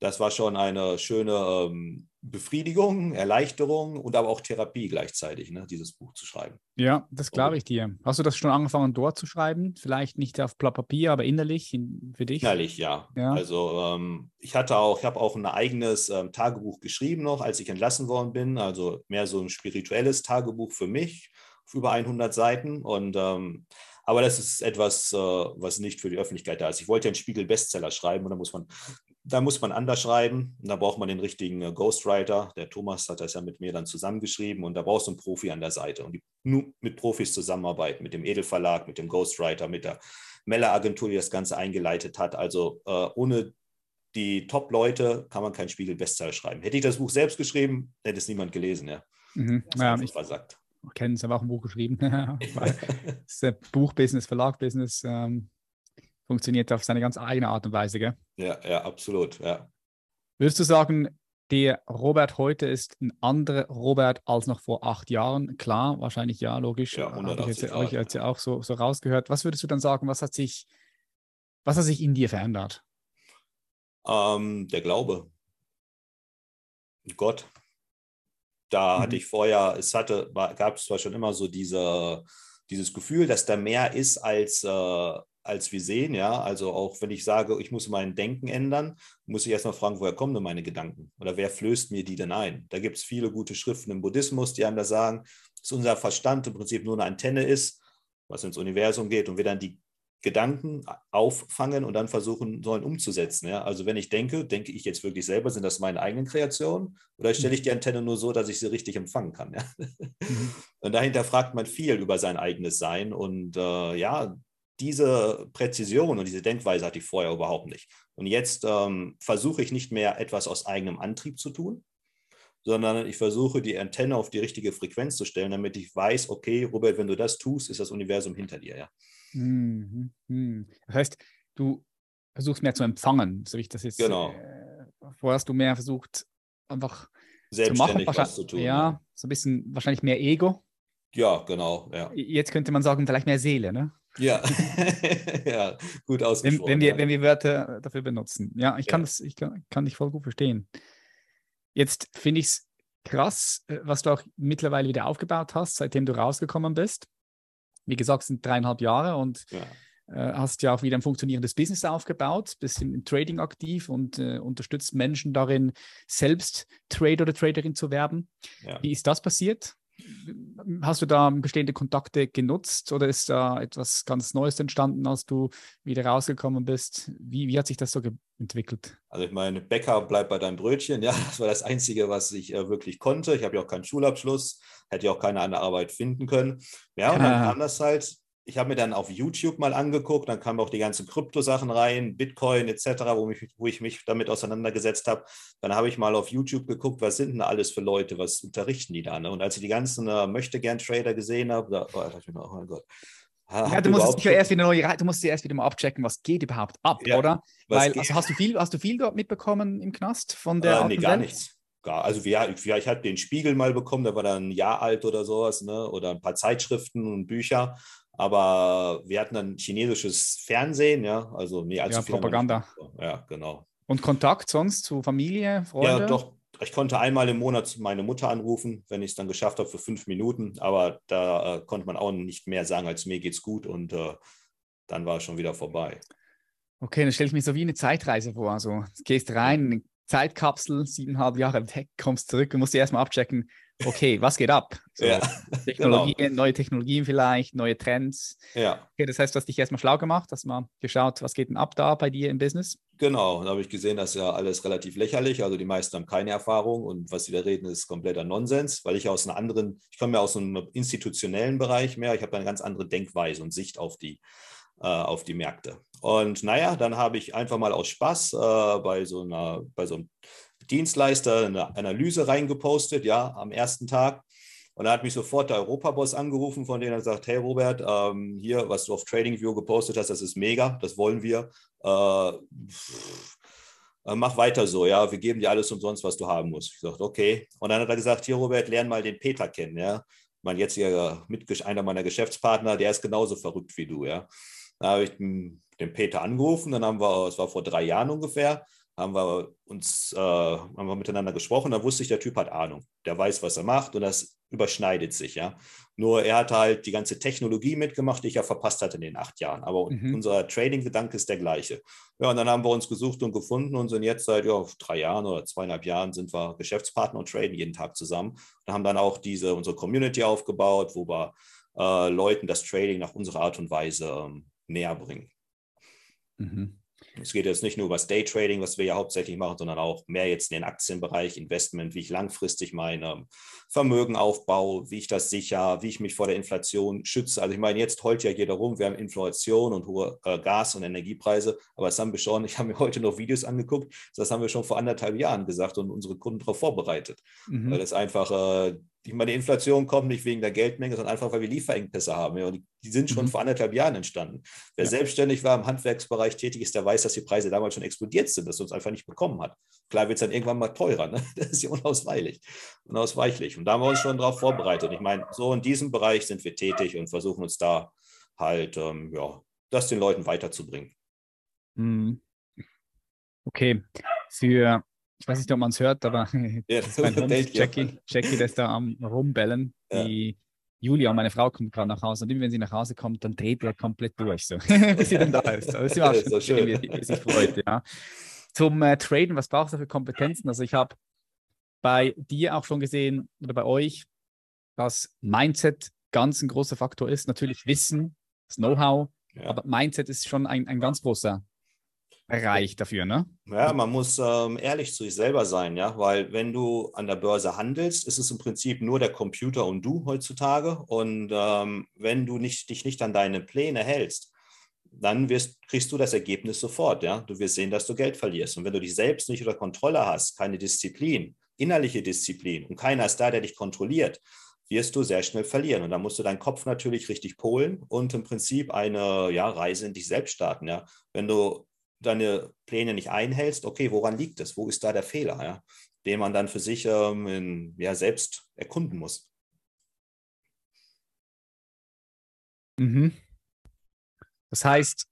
das war schon eine schöne Befriedigung, Erleichterung und aber auch Therapie gleichzeitig, ne, dieses Buch zu schreiben. Ja, das glaube ich dir. Hast du das schon angefangen, dort zu schreiben? Vielleicht nicht auf Blatt Papier, aber innerlich für dich? Innerlich, ja. Ja. Also ich habe auch ein eigenes Tagebuch geschrieben noch, als ich entlassen worden bin. Also mehr so ein spirituelles Tagebuch für mich, auf über 100 Seiten. Aber das ist etwas, was nicht für die Öffentlichkeit da ist. Ich wollte ja einen Spiegel-Bestseller schreiben und da muss man anders schreiben. Und da braucht man den richtigen Ghostwriter. Der Thomas hat das ja mit mir dann zusammengeschrieben und da brauchst du einen Profi an der Seite. Und die nur mit Profis zusammenarbeiten, mit dem Edelverlag, mit dem Ghostwriter, mit der Meller-Agentur, die das Ganze eingeleitet hat. Also ohne die Top-Leute kann man keinen Spiegel-Bestseller schreiben. Hätte ich das Buch selbst geschrieben, hätte es niemand gelesen. Ja. Ich versagt. Kenne es, habe auch ein Buch geschrieben. Das ist Buchbusiness, Verlagbusiness funktioniert auf seine ganz eigene Art und Weise, gell? Ja, absolut. Ja. Würdest du sagen, der Robert heute ist ein anderer Robert als noch vor 8 Jahren? Klar, wahrscheinlich ja, logisch. Ja, 180 habe ich jetzt ja auch so rausgehört. Was würdest du dann sagen, was hat sich in dir verändert? Der Glaube. Gott. Da hatte ich vorher, gab es zwar schon immer so dieses Gefühl, dass da mehr ist als wir sehen, ja. Also auch wenn ich sage, ich muss mein Denken ändern, muss ich erstmal fragen, woher kommen denn meine Gedanken? Oder wer flößt mir die denn ein? Da gibt es viele gute Schriften im Buddhismus, die einem da sagen, dass unser Verstand im Prinzip nur eine Antenne ist, was ins Universum geht und wir dann die Gedanken auffangen und dann versuchen sollen umzusetzen. Ja? Also wenn ich denke ich jetzt wirklich selber, sind das meine eigenen Kreationen oder stelle ich die Antenne nur so, dass ich sie richtig empfangen kann? Ja? Und dahinter fragt man viel über sein eigenes Sein und diese Präzision und diese Denkweise hatte ich vorher überhaupt nicht. Und jetzt versuche ich nicht mehr etwas aus eigenem Antrieb zu tun, sondern ich versuche die Antenne auf die richtige Frequenz zu stellen, damit ich weiß, okay, Robert, wenn du das tust, ist das Universum hinter dir. Ja. Das heißt, du versuchst mehr zu empfangen, so wie ich das jetzt. Genau. Vorher hast du mehr versucht, einfach selbstständig zu machen, was zu tun. Ja, so ein bisschen wahrscheinlich mehr Ego. Ja, genau. Ja. Jetzt könnte man sagen, vielleicht mehr Seele, ne? Ja, ja, gut ausgesprochen. Wenn wir Wörter dafür benutzen. Ja, ich kann dich voll gut verstehen. Jetzt finde ich es krass, was du auch mittlerweile wieder aufgebaut hast, seitdem du rausgekommen bist. Wie gesagt, es sind 3,5 Jahre und hast ja auch wieder ein funktionierendes Business aufgebaut, bist im Trading aktiv und unterstützt Menschen darin, selbst Trader oder Traderin zu werden. Ja. Wie ist das passiert? Hast du da bestehende Kontakte genutzt oder ist da etwas ganz Neues entstanden, als du wieder rausgekommen bist? Wie hat sich das so entwickelt? Also ich meine, Bäcker bleibt bei deinem Brötchen. Ja, das war das Einzige, was ich wirklich konnte. Ich habe ja auch keinen Schulabschluss, hätte ja auch keine andere Arbeit finden können. Ja, und dann kam das halt. Ich habe mir dann auf YouTube mal angeguckt, dann kamen auch die ganzen Kryptosachen rein, Bitcoin etc., wo ich mich damit auseinandergesetzt habe. Dann habe ich mal auf YouTube geguckt, was sind denn da alles für Leute, was unterrichten die da? Ne? Und als ich die ganzen Möchtegern-Trader gesehen habe, dachte ich mir, oh mein Gott. Du musst ja erst wieder mal abchecken, was geht überhaupt ab, oder? Weil, also hast du viel dort mitbekommen im Knast von der Nee, gar nichts. Also ich habe den Spiegel mal bekommen, der war dann ein Jahr alt oder sowas, ne? Oder ein paar Zeitschriften und Bücher. Aber wir hatten dann chinesisches Fernsehen, ja, also nee, allzu viel. Propaganda. Ja, genau. Und Kontakt sonst zu Familie, Freunde? Ja, doch. Ich konnte einmal im Monat meine Mutter anrufen, wenn ich es dann geschafft habe für 5 Minuten. Aber da konnte man auch nicht mehr sagen, als mir geht's gut. Und dann war es schon wieder vorbei. Okay, dann stelle ich mir so wie eine Zeitreise vor. Also du gehst rein, eine Zeitkapsel, 7,5 Jahre weg, kommst zurück und musst dir erstmal abchecken, okay, was geht ab? So, Technologien, genau. Neue Technologien vielleicht, neue Trends. Ja. Okay, das heißt, du hast dich erstmal schlau gemacht, hast mal geschaut, was geht denn ab da bei dir im Business? Genau, da habe ich gesehen, das ist ja alles relativ lächerlich. Also die meisten haben keine Erfahrung und was sie da reden, ist kompletter Nonsens, weil ich komme ja aus einem institutionellen Bereich mehr, ich habe eine ganz andere Denkweise und Sicht auf die Märkte. Und naja, dann habe ich einfach mal aus Spaß bei so einem Dienstleister eine Analyse reingepostet, ja, am ersten Tag. Und da hat mich sofort der Europaboss angerufen, von dem er sagt, hey Robert, hier, was du auf TradingView gepostet hast, das ist mega, das wollen wir. Mach weiter so, ja, wir geben dir alles umsonst, was du haben musst. Ich sagte, okay. Und dann hat er gesagt, hier Robert, lern mal den Peter kennen, ja. Mein jetziger einer meiner Geschäftspartner, der ist genauso verrückt wie du, ja. Da habe ich den Peter angerufen, es war vor 3 Jahren ungefähr, haben wir miteinander gesprochen, da wusste ich, der Typ hat Ahnung, der weiß, was er macht und das überschneidet sich, ja. Nur er hat halt die ganze Technologie mitgemacht, die ich ja verpasst hatte in den 8 Jahren, aber unser Trading-Gedanke ist der gleiche. Ja, und dann haben wir uns gesucht und gefunden und sind jetzt seit 3 Jahren oder 2,5 Jahren sind wir Geschäftspartner und traden jeden Tag zusammen und haben dann auch unsere Community aufgebaut, wo wir Leuten das Trading nach unserer Art und Weise näher bringen. Mhm. Es geht jetzt nicht nur über das Daytrading, was wir ja hauptsächlich machen, sondern auch mehr jetzt in den Aktienbereich, Investment, wie ich langfristig mein Vermögen aufbaue, wie ich das sichere, wie ich mich vor der Inflation schütze. Also ich meine, jetzt heult ja jeder rum, wir haben Inflation und hohe Gas- und Energiepreise, aber das haben wir schon, ich habe mir heute noch Videos angeguckt, das haben wir schon vor 1,5 Jahren gesagt und unsere Kunden darauf vorbereitet. Weil das einfach, ich meine, die Inflation kommt nicht wegen der Geldmenge, sondern einfach, weil wir Lieferengpässe haben. Ja, und die sind schon vor 1,5 Jahren entstanden. Wer selbstständig war, im Handwerksbereich tätig ist, der weiß, dass die Preise damals schon explodiert sind, dass er uns einfach nicht bekommen hat. Klar wird es dann irgendwann mal teurer. Ne? Das ist ja unausweichlich. Und da haben wir uns schon darauf vorbereitet. Ich meine, so in diesem Bereich sind wir tätig und versuchen uns da halt, das den Leuten weiterzubringen. Okay, ich weiß nicht, ob man es hört, aber das ist mein Hund, Jackie, der ist da am Rumbellen. Die Julia, meine Frau, kommt gerade nach Hause und immer wenn sie nach Hause kommt, dann dreht er komplett durch, so, bis sie dann da ist. Das ist immer so schön, wie sich freut, ja. Zum Traden, was brauchst du für Kompetenzen? Also ich habe bei dir auch schon gesehen, oder bei euch, dass Mindset ganz ein großer Faktor ist. Natürlich Wissen, das Know-how, aber Mindset ist schon ein ganz großer Bereich dafür, ne? Ja, man muss ehrlich zu sich selber sein, ja, weil wenn du an der Börse handelst, ist es im Prinzip nur der Computer und du heutzutage. Und wenn du dich nicht an deine Pläne hältst, dann kriegst du das Ergebnis sofort, ja. Du wirst sehen, dass du Geld verlierst. Und wenn du dich selbst nicht unter Kontrolle hast, keine Disziplin, innerliche Disziplin und keiner ist da, der dich kontrolliert, wirst du sehr schnell verlieren. Und dann musst du deinen Kopf natürlich richtig polen und im Prinzip eine Reise in dich selbst starten, ja. Wenn du deine Pläne nicht einhältst, okay, woran liegt es? Wo ist da der Fehler, ja? Den man dann für sich selbst erkunden muss. Das heißt,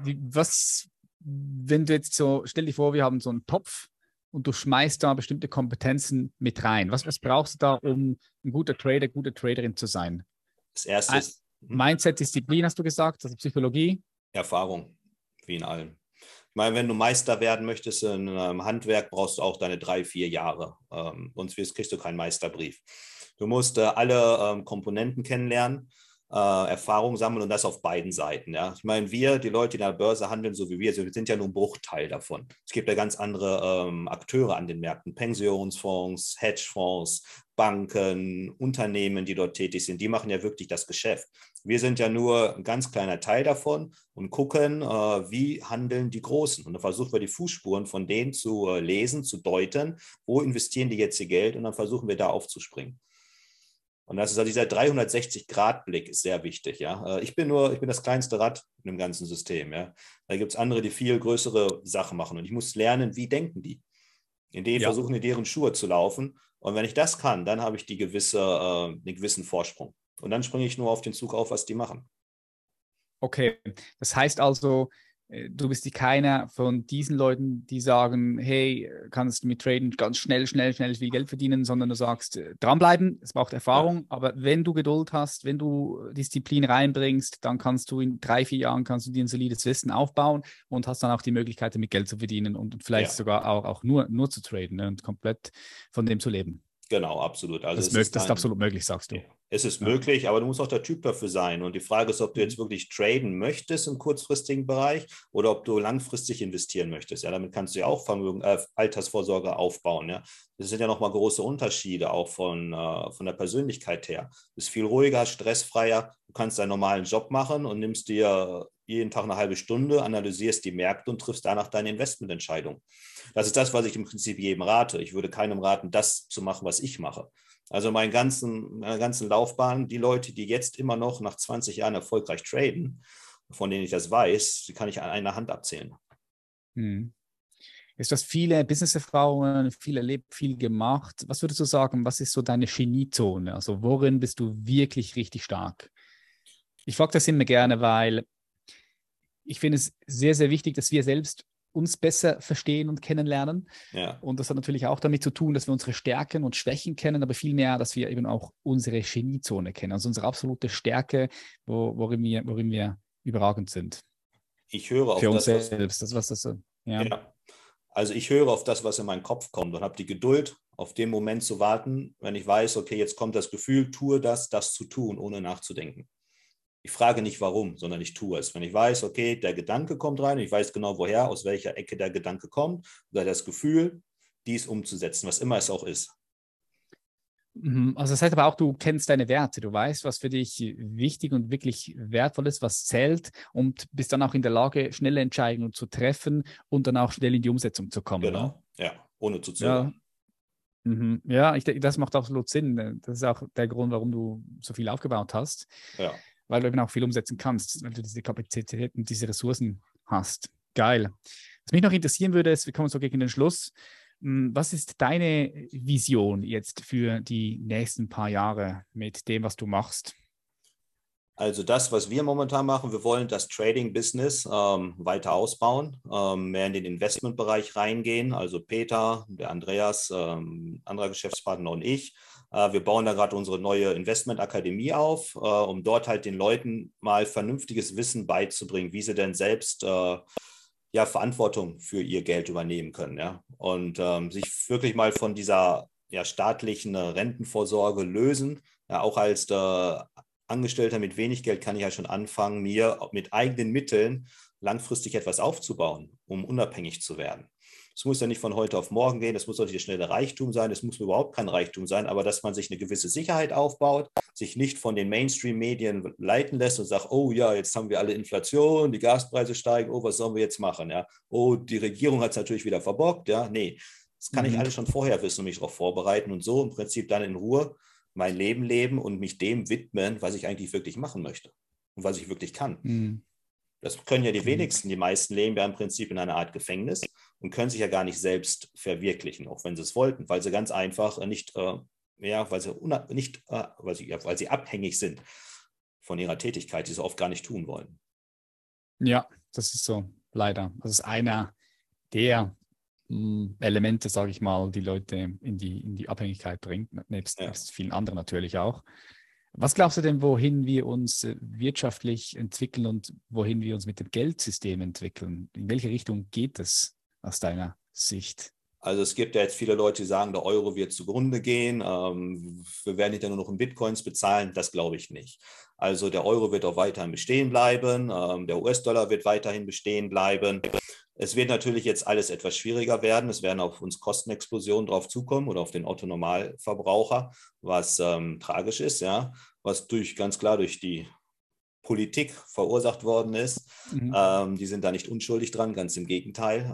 wenn du jetzt stell dir vor, wir haben so einen Topf und du schmeißt da bestimmte Kompetenzen mit rein. Was brauchst du da, um ein guter Trader, gute Traderin zu sein? Das erste ist Mindset, Disziplin, hast du gesagt, also Psychologie? Erfahrung, wie in allem. Ich meine, wenn du Meister werden möchtest in Handwerk, brauchst du auch deine 3, 4 Jahre. Sonst kriegst du keinen Meisterbrief. Du musst alle Komponenten kennenlernen, Erfahrung sammeln und das auf beiden Seiten. Ja? Ich meine, die Leute, die in der Börse handeln, so wie wir sind ja nur ein Bruchteil davon. Es gibt ja ganz andere Akteure an den Märkten, Pensionsfonds, Hedgefonds, Banken, Unternehmen, die dort tätig sind, die machen ja wirklich das Geschäft. Wir sind ja nur ein ganz kleiner Teil davon und gucken, wie handeln die Großen. Und dann versuchen wir die Fußspuren von denen zu lesen, zu deuten, wo investieren die jetzt ihr Geld und dann versuchen wir da aufzuspringen. Und das ist also dieser 360-Grad-Blick ist sehr wichtig. Ja? Ich bin das kleinste Rad in dem ganzen System. Ja? Da gibt es andere, die viel größere Sachen machen. Und ich muss lernen, wie denken die. Versuchen in deren Schuhe zu laufen. Und wenn ich das kann, dann habe ich den gewissen Vorsprung. Und dann springe ich nur auf den Zug auf, was die machen. Okay, das heißt also, du bist keiner von diesen Leuten, die sagen, hey, kannst du mit Traden ganz schnell viel Geld verdienen, sondern du sagst, dranbleiben, es braucht Erfahrung, aber wenn du Geduld hast, wenn du Disziplin reinbringst, dann kannst du in 3, 4 Jahren dir ein solides Wissen aufbauen und hast dann auch die Möglichkeit, damit Geld zu verdienen und vielleicht sogar auch nur zu traden, ne, und komplett von dem zu leben. Genau, absolut. Also das ist absolut möglich, sagst du. Es ist möglich, aber du musst auch der Typ dafür sein. Und die Frage ist, ob du jetzt wirklich traden möchtest im kurzfristigen Bereich oder ob du langfristig investieren möchtest. Ja, damit kannst du ja auch Altersvorsorge aufbauen. Ja. Das sind ja nochmal große Unterschiede, auch von der Persönlichkeit her. Du bist viel ruhiger, stressfreier. Du kannst deinen normalen Job machen und nimmst dir jeden Tag eine halbe Stunde, analysierst die Märkte und triffst danach deine Investmententscheidung. Das ist das, was ich im Prinzip jedem rate. Ich würde keinem raten, das zu machen, was ich mache. Also meiner ganzen Laufbahn, die Leute, die jetzt immer noch nach 20 Jahren erfolgreich traden, von denen ich das weiß, die kann ich an einer Hand abzählen. Ist das viele Business-Erfahrungen, viel erlebt, viel gemacht? Was würdest du sagen, was ist so deine Geniezone? Also worin bist du wirklich richtig stark? Ich frage das immer gerne, weil ich finde es sehr, sehr wichtig, dass wir selbst uns besser verstehen und kennenlernen. Ja. Und das hat natürlich auch damit zu tun, dass wir unsere Stärken und Schwächen kennen, aber vielmehr, dass wir eben auch unsere Geniezone kennen, also unsere absolute Stärke, worin wir überragend sind. Ich höre auf für uns das, selbst. Ja. ja. Also ich höre auf das, was in meinen Kopf kommt und habe die Geduld, auf den Moment zu warten, wenn ich weiß, okay, jetzt kommt das Gefühl, tue das zu tun, ohne nachzudenken. Ich frage nicht warum, sondern ich tue es. Wenn ich weiß, okay, der Gedanke kommt rein, ich weiß genau woher, aus welcher Ecke der Gedanke kommt, oder das Gefühl, dies umzusetzen, was immer es auch ist. Also das heißt aber auch, du kennst deine Werte, du weißt, was für dich wichtig und wirklich wertvoll ist, was zählt und bist dann auch in der Lage, schnelle Entscheidungen zu treffen und dann auch schnell in die Umsetzung zu kommen. Genau, ne? ja, ohne zu zögern. Ja, ich denke, das macht absolut Sinn. Das ist auch der Grund, warum du so viel aufgebaut hast, Ja. weil du eben auch viel umsetzen kannst, weil du diese Kapazität und diese Ressourcen hast. Geil. Was mich noch interessieren würde, ist, wir kommen so gegen den Schluss. Was ist deine Vision jetzt für die nächsten paar Jahre mit dem, was du machst? Also das, was wir momentan machen, wir wollen das Trading-Business weiter ausbauen, mehr in den Investmentbereich reingehen. Also Peter, der Andreas, anderer Geschäftspartner und ich. Wir bauen da gerade unsere neue Investmentakademie auf, um dort halt den Leuten mal vernünftiges Wissen beizubringen, wie sie denn selbst Verantwortung für ihr Geld übernehmen können. Ja? Und sich wirklich mal von dieser staatlichen Rentenvorsorge lösen. Ja, auch als Angestellter mit wenig Geld kann ich ja schon anfangen, mir mit eigenen Mitteln langfristig etwas aufzubauen, um unabhängig zu werden. Es muss ja nicht von heute auf morgen gehen, es muss auch nicht der schnelle Reichtum sein, es muss überhaupt kein Reichtum sein, aber dass man sich eine gewisse Sicherheit aufbaut, sich nicht von den Mainstream-Medien leiten lässt und sagt, oh ja, jetzt haben wir alle Inflation, die Gaspreise steigen, oh, was sollen wir jetzt machen? Ja? Oh, die Regierung hat es natürlich wieder verbockt. Ja? Nee, das kann ich alles schon vorher wissen und mich darauf vorbereiten und so im Prinzip dann in Ruhe mein Leben leben und mich dem widmen, was ich eigentlich wirklich machen möchte und was ich wirklich kann. Das können ja die wenigsten. Die meisten leben ja im Prinzip in einer Art Gefängnis und können sich ja gar nicht selbst verwirklichen, auch wenn sie es wollten, weil sie ganz einfach weil sie abhängig sind von ihrer Tätigkeit, die sie oft gar nicht tun wollen. Ja, das ist so, leider. Das ist einer der Elemente, sage ich mal, die Leute in die Abhängigkeit bringt, nebst vielen anderen natürlich auch. Was glaubst du denn, wohin wir uns wirtschaftlich entwickeln und wohin wir uns mit dem Geldsystem entwickeln? In welche Richtung geht es aus deiner Sicht? Also es gibt ja jetzt viele Leute, die sagen, der Euro wird zugrunde gehen. Wir werden hinterher nur noch in Bitcoins bezahlen. Das glaube ich nicht. Also der Euro wird auch weiterhin bestehen bleiben. Der US-Dollar wird weiterhin bestehen bleiben. Es wird natürlich jetzt alles etwas schwieriger werden. Es werden auf uns Kostenexplosionen drauf zukommen oder auf den Otto-Normalverbraucher, was tragisch ist, ja, was ganz klar durch die Politik verursacht worden ist. Die sind da nicht unschuldig dran, ganz im Gegenteil.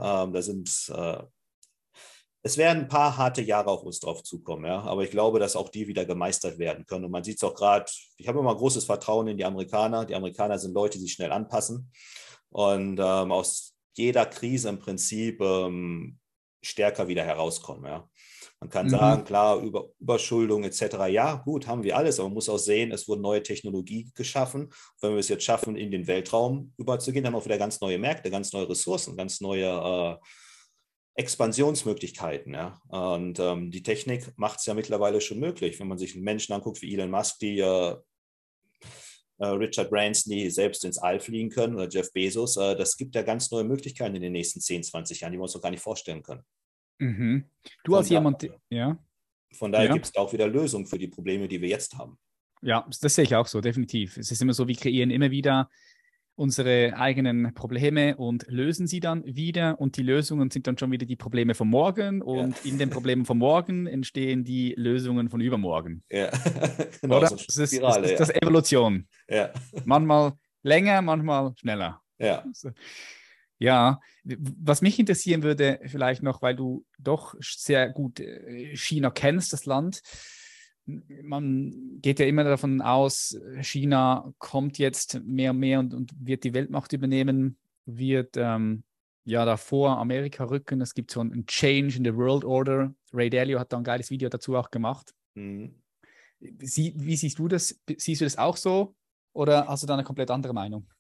Es werden ein paar harte Jahre auf uns drauf zukommen, ja, aber ich glaube, dass auch die wieder gemeistert werden können. Und man sieht es auch gerade, ich habe immer großes Vertrauen in die Amerikaner. Die Amerikaner sind Leute, die sich schnell anpassen und aus jeder Krise im Prinzip stärker wieder herauskommen. Ja. Man kann sagen, klar, Überschuldung etc., ja, gut, haben wir alles, aber man muss auch sehen, es wurde neue Technologie geschaffen. Wenn wir es jetzt schaffen, in den Weltraum überzugehen, dann haben wir auch wieder ganz neue Märkte, ganz neue Ressourcen, ganz neue Expansionsmöglichkeiten. Ja. Und die Technik macht es ja mittlerweile schon möglich. Wenn man sich Menschen anguckt wie Elon Musk, die Richard Branson, die selbst ins All fliegen können, oder Jeff Bezos, das gibt ja ganz neue Möglichkeiten in den nächsten 10, 20 Jahren, die wir uns noch gar nicht vorstellen können. Du als jemand, ja. Von daher gibt es auch wieder Lösungen für die Probleme, die wir jetzt haben. Ja, das sehe ich auch so, definitiv. Es ist immer so, wir kreieren immer wieder unsere eigenen Probleme und lösen sie dann wieder und die Lösungen sind dann schon wieder die Probleme von morgen und in den Problemen von morgen entstehen die Lösungen von übermorgen. Ja, genau. Oder? So das ist Evolution. Ja. Manchmal länger, manchmal schneller. Ja. Ja, was mich interessieren würde, vielleicht noch, weil du doch sehr gut China kennst, das Land. Man geht ja immer davon aus, China kommt jetzt mehr und mehr und wird die Weltmacht übernehmen, wird davor Amerika rücken. Es gibt so einen Change in the World Order. Ray Dalio hat da ein geiles Video dazu auch gemacht. Wie siehst du das? Siehst du das auch so oder hast du da eine komplett andere Meinung?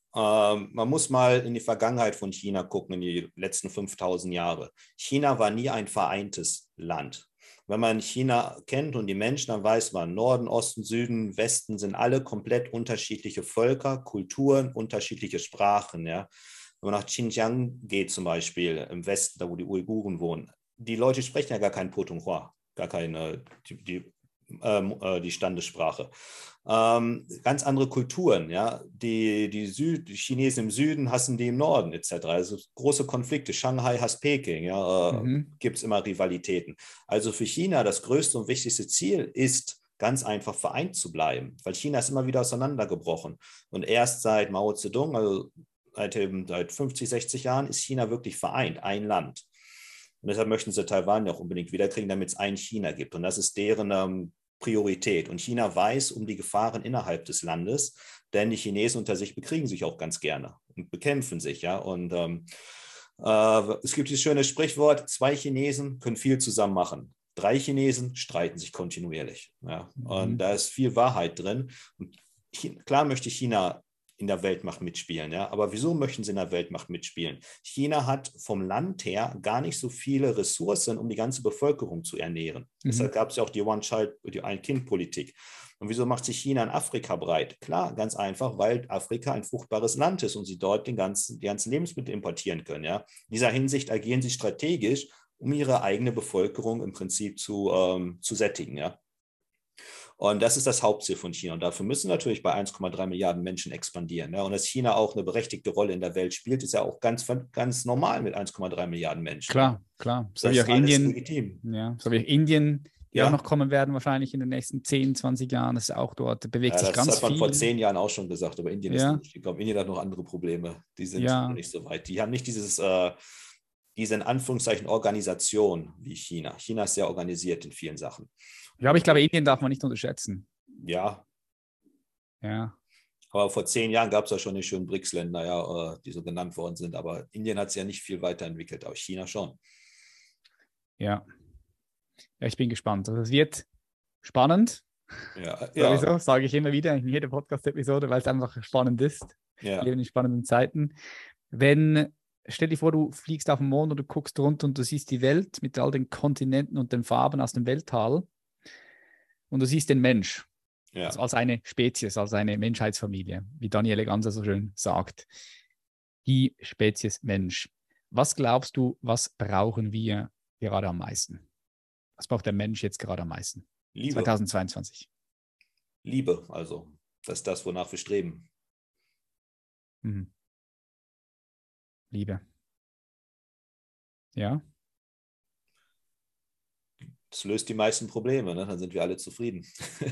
Man muss mal in die Vergangenheit von China gucken, in die letzten 5000 Jahre. China war nie ein vereintes Land. Wenn man China kennt und die Menschen, dann weiß man, Norden, Osten, Süden, Westen sind alle komplett unterschiedliche Völker, Kulturen, unterschiedliche Sprachen. Ja. Wenn man nach Xinjiang geht zum Beispiel, im Westen, da wo die Uiguren wohnen, die Leute sprechen ja gar kein Putonghua, gar keine, die Standessprache. Ganz andere Kulturen, ja. Die Chinesen im Süden hassen die im Norden, etc. Also große Konflikte. Shanghai hasst Peking, ja, gibt es immer Rivalitäten. Also für China das größte und wichtigste Ziel ist, ganz einfach vereint zu bleiben, weil China ist immer wieder auseinandergebrochen. Und erst seit Mao Zedong, also seit 50, 60 Jahren, ist China wirklich vereint, ein Land. Und deshalb möchten sie Taiwan ja auch unbedingt wiederkriegen, damit es ein China gibt. Und das ist deren Priorität. Und China weiß um die Gefahren innerhalb des Landes, denn die Chinesen unter sich bekriegen sich auch ganz gerne und bekämpfen sich. Ja? Und es gibt dieses schöne Sprichwort, 2 Chinesen können viel zusammen machen. 3 Chinesen streiten sich kontinuierlich. Ja? Und da ist viel Wahrheit drin. Und klar möchte China in der Weltmacht mitspielen. Ja? Aber wieso möchten sie in der Weltmacht mitspielen? China hat vom Land her gar nicht so viele Ressourcen, um die ganze Bevölkerung zu ernähren. Deshalb gab es ja auch die die Ein-Kind-Politik. Und wieso macht sich China in Afrika breit? Klar, ganz einfach, weil Afrika ein fruchtbares Land ist und sie dort die ganzen Lebensmittel importieren können. Ja? In dieser Hinsicht agieren sie strategisch, um ihre eigene Bevölkerung im Prinzip zu sättigen. Ja? Und das ist das Hauptziel von China. Und dafür müssen natürlich bei 1,3 Milliarden Menschen expandieren. Ja? Und dass China auch eine berechtigte Rolle in der Welt spielt, ist ja auch ganz normal mit 1,3 Milliarden Menschen. Klar, klar. So wie auch Indien. Ja, so wie auch Indien, die auch noch kommen werden, wahrscheinlich in den nächsten 10, 20 Jahren. Das ist auch dort, bewegt sich ganz viel. Das hat man vor 10 Jahren auch schon gesagt, aber Indien ist nicht. Ich glaube, Indien hat noch andere Probleme. Die sind noch nicht so weit. Die haben nicht diese in Anführungszeichen Organisation wie China. China ist sehr organisiert in vielen Sachen. Ja, aber ich glaube, Indien darf man nicht unterschätzen. Ja. Aber vor 10 Jahren gab es ja schon die schönen BRICS-Länder, die so genannt worden sind. Aber Indien hat es ja nicht viel weiterentwickelt, aber China schon. Ja, ich bin gespannt. Also es wird spannend. Ja. Sage ich immer wieder in jeder Podcast-Episode, weil es einfach spannend ist. Ja. Wir leben in spannenden Zeiten. Stell dir vor, du fliegst auf den Mond und du guckst runter und du siehst die Welt mit all den Kontinenten und den Farben aus dem Weltall und du siehst den Mensch als eine Spezies, als eine Menschheitsfamilie, wie Daniele Ganser so schön sagt. Die Spezies Mensch. Was glaubst du, was brauchen wir gerade am meisten? Was braucht der Mensch jetzt gerade am meisten? Liebe. 2022. Liebe, also das ist das, wonach wir streben. Liebe. Ja. Das löst die meisten Probleme, ne? Dann sind wir alle zufrieden.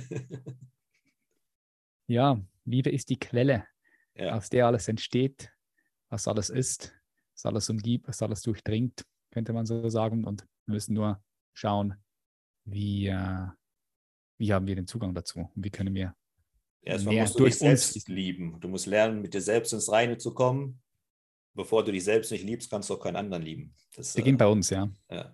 Ja, Liebe ist die Quelle, aus der alles entsteht, was alles ist, was alles umgibt, was alles durchdringt, könnte man so sagen. Und wir müssen nur schauen, wie haben wir den Zugang dazu und wie können wir erstmal musst du dich selbst lieben. Du musst lernen, mit dir selbst ins Reine zu kommen. Bevor du dich selbst nicht liebst, kannst du auch keinen anderen lieben. Das beginnt bei uns, ja.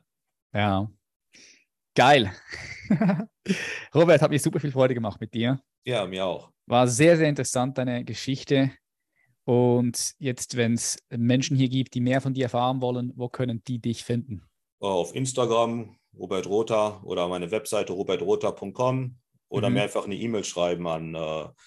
Geil. Robert, hat mir super viel Freude gemacht mit dir. Ja, mir auch. War sehr, sehr interessant, deine Geschichte. Und jetzt, wenn es Menschen hier gibt, die mehr von dir erfahren wollen, wo können die dich finden? Auf Instagram, Robert Rother, oder meine Webseite robertrother.com oder mir einfach eine E-Mail schreiben an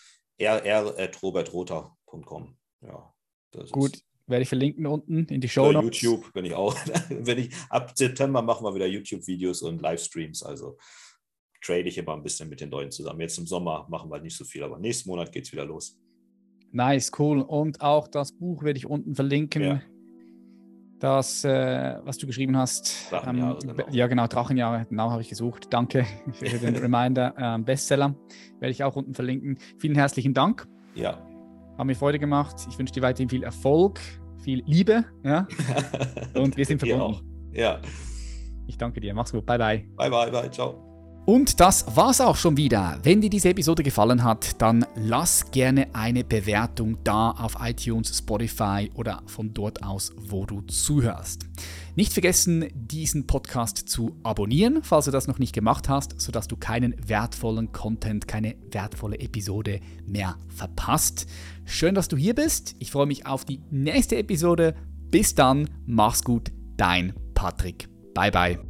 rr@robertrother.com. Ja, das gut. Werde ich verlinken unten in die Shownotes. YouTube bin ich auch. Ab September machen wir wieder YouTube-Videos und Livestreams. Also trade ich immer ein bisschen mit den Leuten zusammen. Jetzt im Sommer machen wir nicht so viel, aber nächsten Monat geht es wieder los. Nice, cool. Und auch das Buch werde ich unten verlinken. Ja. Das, was du geschrieben hast. Drachenjahre, genau. Ja, genau, Drachenjahre. Genau, habe ich gesucht. Danke für den Reminder. Bestseller werde ich auch unten verlinken. Vielen herzlichen Dank. Ja. Hat mir Freude gemacht. Ich wünsche dir weiterhin viel Erfolg, viel Liebe. Ja? Und wir sind verbunden. Ja. Ich danke dir. Mach's gut. Bye, bye. Bye, bye, bye. Ciao. Und das war's auch schon wieder. Wenn dir diese Episode gefallen hat, dann lass gerne eine Bewertung da auf iTunes, Spotify oder von dort aus, wo du zuhörst. Nicht vergessen, diesen Podcast zu abonnieren, falls du das noch nicht gemacht hast, sodass du keinen wertvollen Content, keine wertvolle Episode mehr verpasst. Schön, dass du hier bist. Ich freue mich auf die nächste Episode. Bis dann, mach's gut, dein Patrick. Bye, bye.